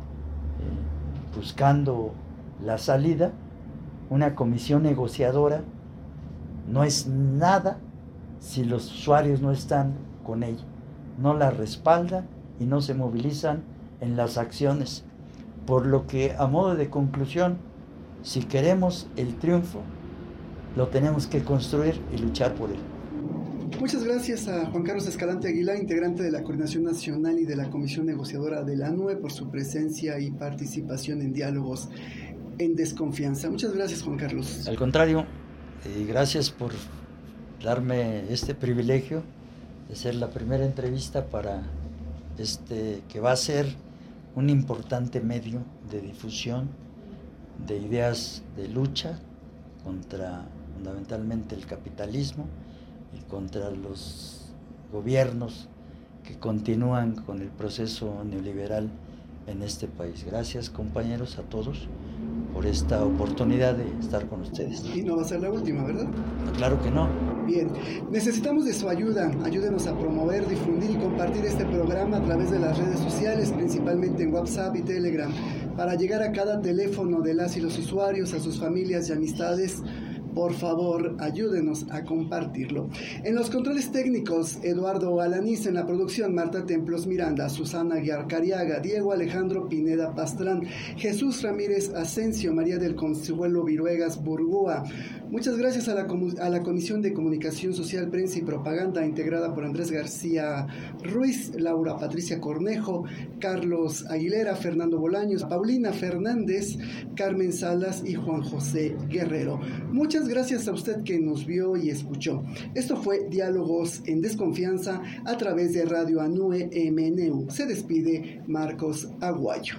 eh, buscando la salida. Una comisión negociadora no es nada si los usuarios no están con ella, no la respaldan y no se movilizan en las acciones. Por lo que, a modo de conclusión, si queremos el triunfo, lo tenemos que construir y luchar por él. Muchas gracias a Juan Carlos Escalante Aguilar, integrante de la Coordinación Nacional y de la Comisión Negociadora de la ANUE, por su presencia y participación en Diálogos en Desconfianza. Muchas gracias, Juan Carlos. Al contrario, y gracias por darme este privilegio de ser la primera entrevista para este que va a ser un importante medio de difusión de ideas de lucha contra fundamentalmente el capitalismo y contra los gobiernos que continúan con el proceso neoliberal en este país. Gracias, compañeros, a todos por esta oportunidad de estar con ustedes. Y no va a ser la última, ¿verdad? No, claro que no. Bien, necesitamos de su ayuda. Ayúdenos a promover, difundir y compartir este programa a través de las redes sociales, principalmente en WhatsApp y Telegram, para llegar a cada teléfono de las y los usuarios, a sus familias y amistades. Por favor, ayúdenos a compartirlo. En los controles técnicos, Eduardo Alaniz; en la producción, Marta Templos Miranda, Susana Guiarcariaga, Diego Alejandro Pineda Pastrán, Jesús Ramírez Asensio, María del Consuelo Viruegas Burgúa. Muchas gracias a la, a la Comisión de Comunicación Social, Prensa y Propaganda, integrada por Andrés García Ruiz, Laura Patricia Cornejo, Carlos Aguilera, Fernando Bolaños, Paulina Fernández, Carmen Salas y Juan José Guerrero. Muchas gracias a usted que nos vio y escuchó. Esto fue Diálogos en Desconfianza a través de Radio Anue M N U. Se despide Marcos Aguayo.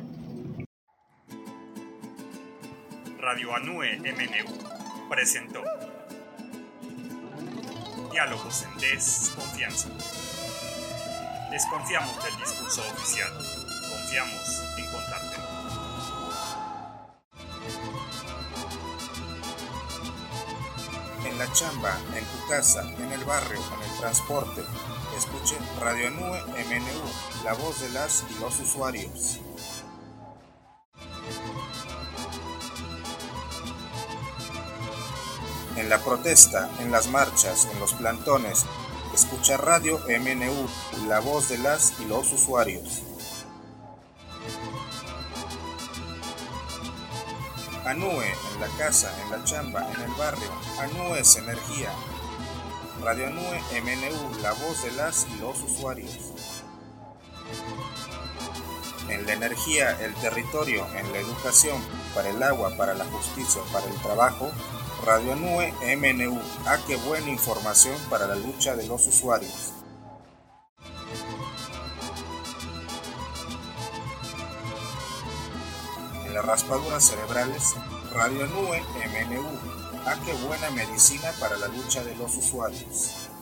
Radio Anue M N U presentó Diálogos en Desconfianza. Desconfiamos del discurso oficial. Confiamos en contarte. En la chamba, en tu casa, en el barrio, en el transporte. Escuche Radio Anue M N U, la voz de las y los usuarios. En la protesta, en las marchas, en los plantones. Escucha Radio M N U, la voz de las y los usuarios. Anue, en la casa, en la chamba, en el barrio. Anue es energía. Radio Anue M N U, la voz de las y los usuarios. En la energía, el territorio, en la educación, para el agua, para la justicia, para el trabajo. Radio Anue M N U, ah, qué buena información para la lucha de los usuarios. En las raspaduras cerebrales, Radio Anue M N U, ah, qué buena medicina para la lucha de los usuarios.